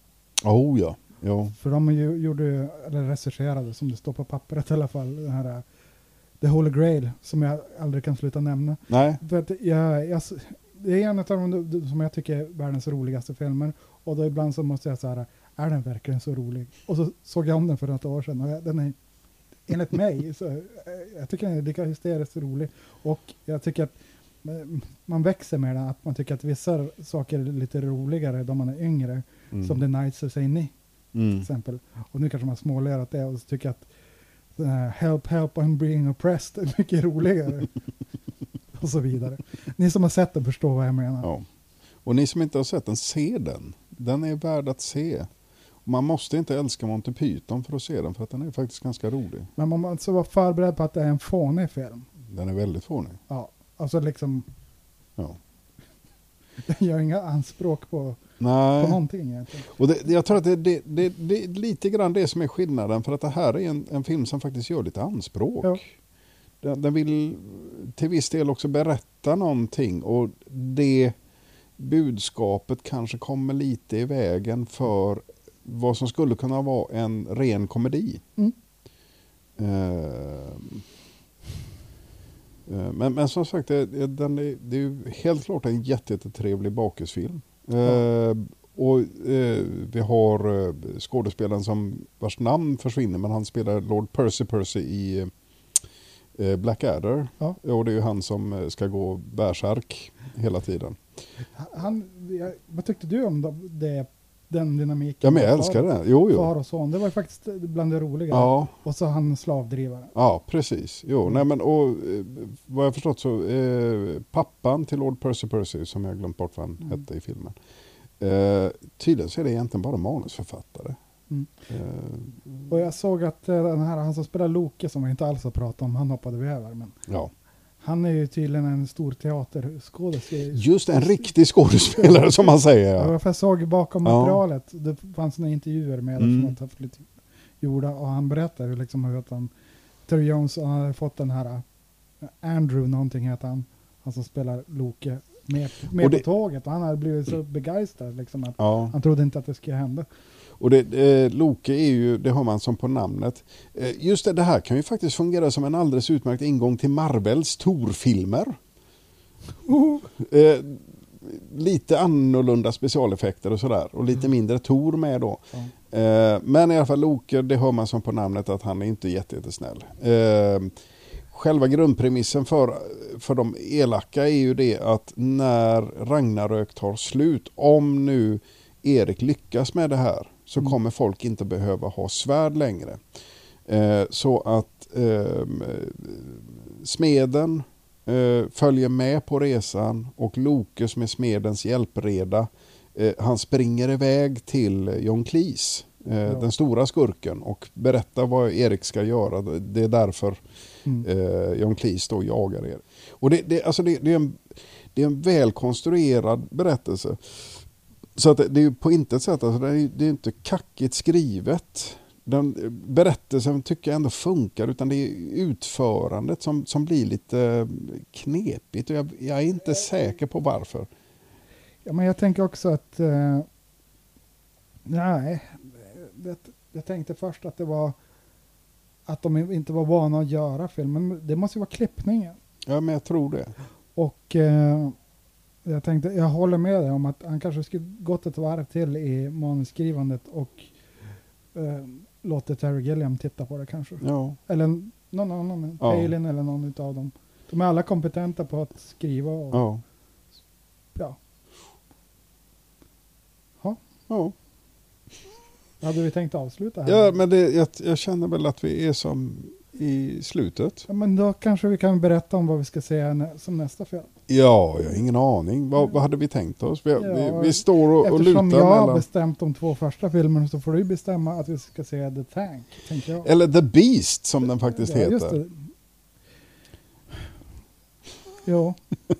Oh ja, ja. För de ju, gjorde, eller regisserade, som det står på pappret i alla fall, den här The Holy Grail, som jag aldrig kan sluta nämna. Nej. För att jag, jag, det är en av de som jag tycker är världens roligaste filmer, och då ibland så måste jag säga, är den verkligen så rolig? Och så såg jag om den för något år sedan, och jag, den är enligt mig, så, jag tycker den är lika hysteriskt rolig, och jag tycker att man växer med den, att man tycker att vissa saker är lite roligare då man är yngre, mm. som The Knights of Saint Nick mm. till exempel. Och nu kanske man smålerat det, och så tycker jag att uh, Help, help, I'm being oppressed är mycket roligare. Och så vidare. Ni som har sett den förstår vad jag menar. Ja. Och ni som inte har sett den, se den. Den är värd att se. Man måste inte älska Monty Python för att se den, för att den är faktiskt ganska rolig. Men man måste vara förberedd på att det är en fånig film. Den är väldigt fånig. Ja, alltså liksom... Ja. Den gör inga anspråk på, Nej. på någonting egentligen. Och det, jag tror att det, det, det, det är lite grann det som är skillnaden, för att det här är en, en film som faktiskt gör lite anspråk. Ja. Den, den vill till viss del också berätta någonting, och det budskapet kanske kommer lite i vägen för vad som skulle kunna vara en ren komedi. Mm. Uh, uh, men, men som sagt, det, den är, det är ju helt klart en jättetrevlig bakisfilm. Uh, ja. Och uh, vi har uh, skådespelaren som vars namn försvinner, men han spelar Lord Percy Percy i uh, Blackadder. Ja. Och det är ju han som ska gå bärsärk hela tiden. Han, jag, vad tyckte du om det, den dynamiken? Ja, men jag älskar det. Jo, jo. Far och son, det var faktiskt bland det roliga. Ja. Och så han slavdrivare. Ja, precis. Jo, mm. nej, men, och eh, vad jag förstått så eh, pappan till Lord Percy Percy, som jag glömt bort vad han mm. hette i filmen. Eh, tydligen så är det egentligen bara manusförfattare. Mm. Eh, och jag såg att eh, den här, han som spelar Loke, som vi inte alls har pratat om, han hoppade vi över. Men ja. Han är ju tydligen en stor teaterskådespelare. Just en riktig skådespelare som man säger. Ja. Jag såg bakom materialet, ja. Det fanns några intervjuer med mm. som var lite gjorda, och han berättade liksom hur att han, Terry Jones, han hade fått den här Andrew någonting heter han, han som spelar Loke, med, med det, på tåget, och han hade blivit så begeistrad liksom att ja. han trodde inte att det skulle hända. Och det, eh, Loke är ju, det har man som på namnet. Eh, just det, det här kan ju faktiskt fungera som en alldeles utmärkt ingång till Marvels Thor-filmer. Uh. Eh, lite annorlunda specialeffekter och sådär. Och lite mm. mindre Thor med då. Mm. Eh, men i alla fall Loke, det hör man som på namnet att han är inte jättesnäll. Eh, själva grundpremissen för, för de elaka är ju det att när Ragnarök tar slut, om nu Erik lyckas med det här, så mm. kommer folk inte behöva ha svärd längre. Eh, så att eh, smeden eh, följer med på resan och Loke som är smedens hjälpreda, eh, han springer iväg till John Cleese, eh, ja. den stora skurken, och berättar vad Erik ska göra. Det är därför mm. eh, John Cleese då jagar er. Och det, det, alltså det, det, är en, det är en välkonstruerad berättelse. Så att det, det är på intet sätt, alltså det, är, det är inte kackigt skrivet. Den berättelsen tycker jag ändå funkar, utan det är utförandet som, som blir lite knepigt, och jag, jag är inte säker på varför. Ja, men jag tänker också att eh, nej, det, jag tänkte först att det var att de inte var vana att göra film, men det måste ju vara klippningen. Ja, men jag tror det. Och eh, jag tänkte, jag håller med dig om att han kanske skulle gått ett varv till i manusskrivandet och eh, låter Terry Gilliam titta på det kanske. Ja. Eller någon annan, ja. Palin eller någon utav dem. De är alla kompetenta på att skriva. Och, ja. Ja. Ha? Ja. Hade vi tänkt avsluta här? Ja, men det, jag, jag känner väl att vi är som i slutet. Ja, men då kanske vi kan berätta om vad vi ska säga nä- som nästa film. Ja, jag har ingen aning. Vad, vad hade vi tänkt oss? Vi, ja, vi, vi står och, och lutar mellan... Eftersom jag har bestämt de två första filmerna så får du bestämma att vi ska se The Tank, tänker jag. Eller The Beast som den faktiskt ja, heter. Just det. Ja.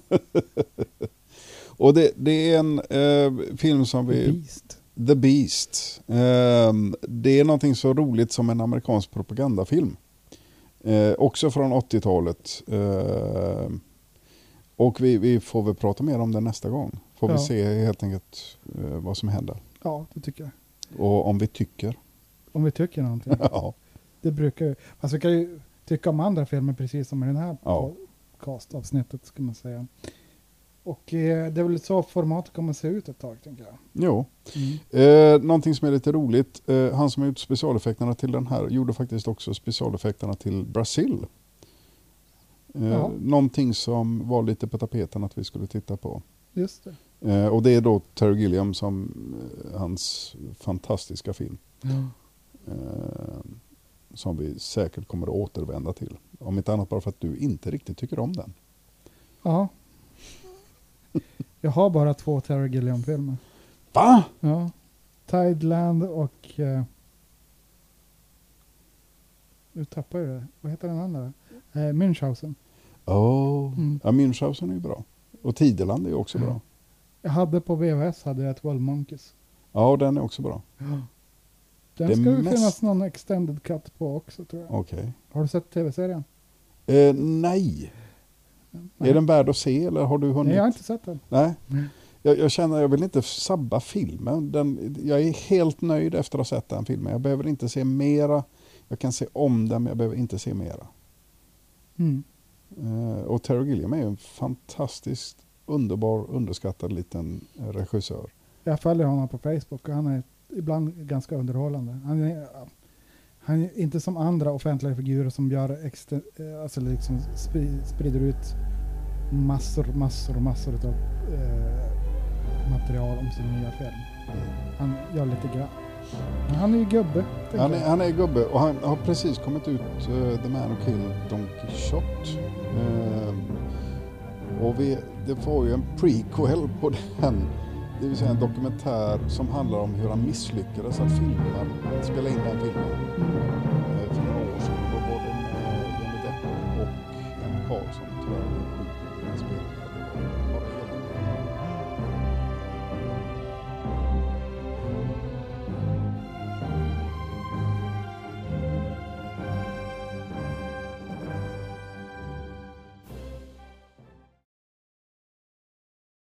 Och det, det är en eh, film som vi... The Beast. The Beast. Eh, det är någonting så roligt som en amerikansk propagandafilm. Eh, också från åttiotalet. Eh, och vi, vi får väl prata mer om det nästa gång. Får ja. vi se helt enkelt eh, vad som händer. Ja, det tycker jag. Och om vi tycker. Om vi tycker någonting. Ja. Det brukar ju... Alltså vi kan ju tycka om andra filmer precis som i den här ja. podcastavsnittet, ska man säga. Och eh, det är väl så formatet kommer att se ut ett tag, tänker jag. Jo. Mm. Eh, någonting som är lite roligt. Eh, han som har gjort specialeffekterna till den här gjorde faktiskt också specialeffekterna till Brazil. Eh, någonting som var lite på tapeten att vi skulle titta på. Just det. Eh, och det är då Terry Gilliam som eh, hans fantastiska film. Mm. Eh, som vi säkert kommer att återvända till. Om inte annat bara för att du inte riktigt tycker om den. Ja. Jag har bara två Terry Gilliam-filmer. Va? Ja. Tideland och... Uh, nu tappar jag det. Vad heter den andra? Uh, Münchhausen. Oh. Mm. Ja, Münchhausen är ju bra. Och Tideland är ju också mm. bra. Jag hade på V H S hade jag twelve Monkeys. Ja, och den är också bra. Ja. Den det ska ju mest... finnas någon extended cut på också, tror jag. Okej. Okay. Har du sett tv-serien? Eh, nej. Nej. Är den värd att se eller har du hunnit? Nej, jag har inte sett den. Nej. Mm. Jag, jag känner att jag vill inte sabba filmen. Den, jag är helt nöjd efter att ha sett den filmen. Jag behöver inte se mera. Jag kan se om den, men jag behöver inte se mera. Mm. Uh, och Terry Gilliam är ju en fantastiskt underbar, underskattad liten regissör. Jag följer honom på Facebook och han är ibland ganska underhållande. Han är, han är inte som andra offentliga figurer som gör extra, alltså liksom sprider ut massor, massor, massor av eh, material om sin nya film. Han gör lite grann. Men han är ju gubbe. Han är, han är gubbe och han har precis kommit ut uh, The Man Who Killed Don Quixote. Uh, och vi, det var ju en prequel på den. Det vill säga en dokumentär som handlar om hur han misslyckades att filma, spela in den filmen.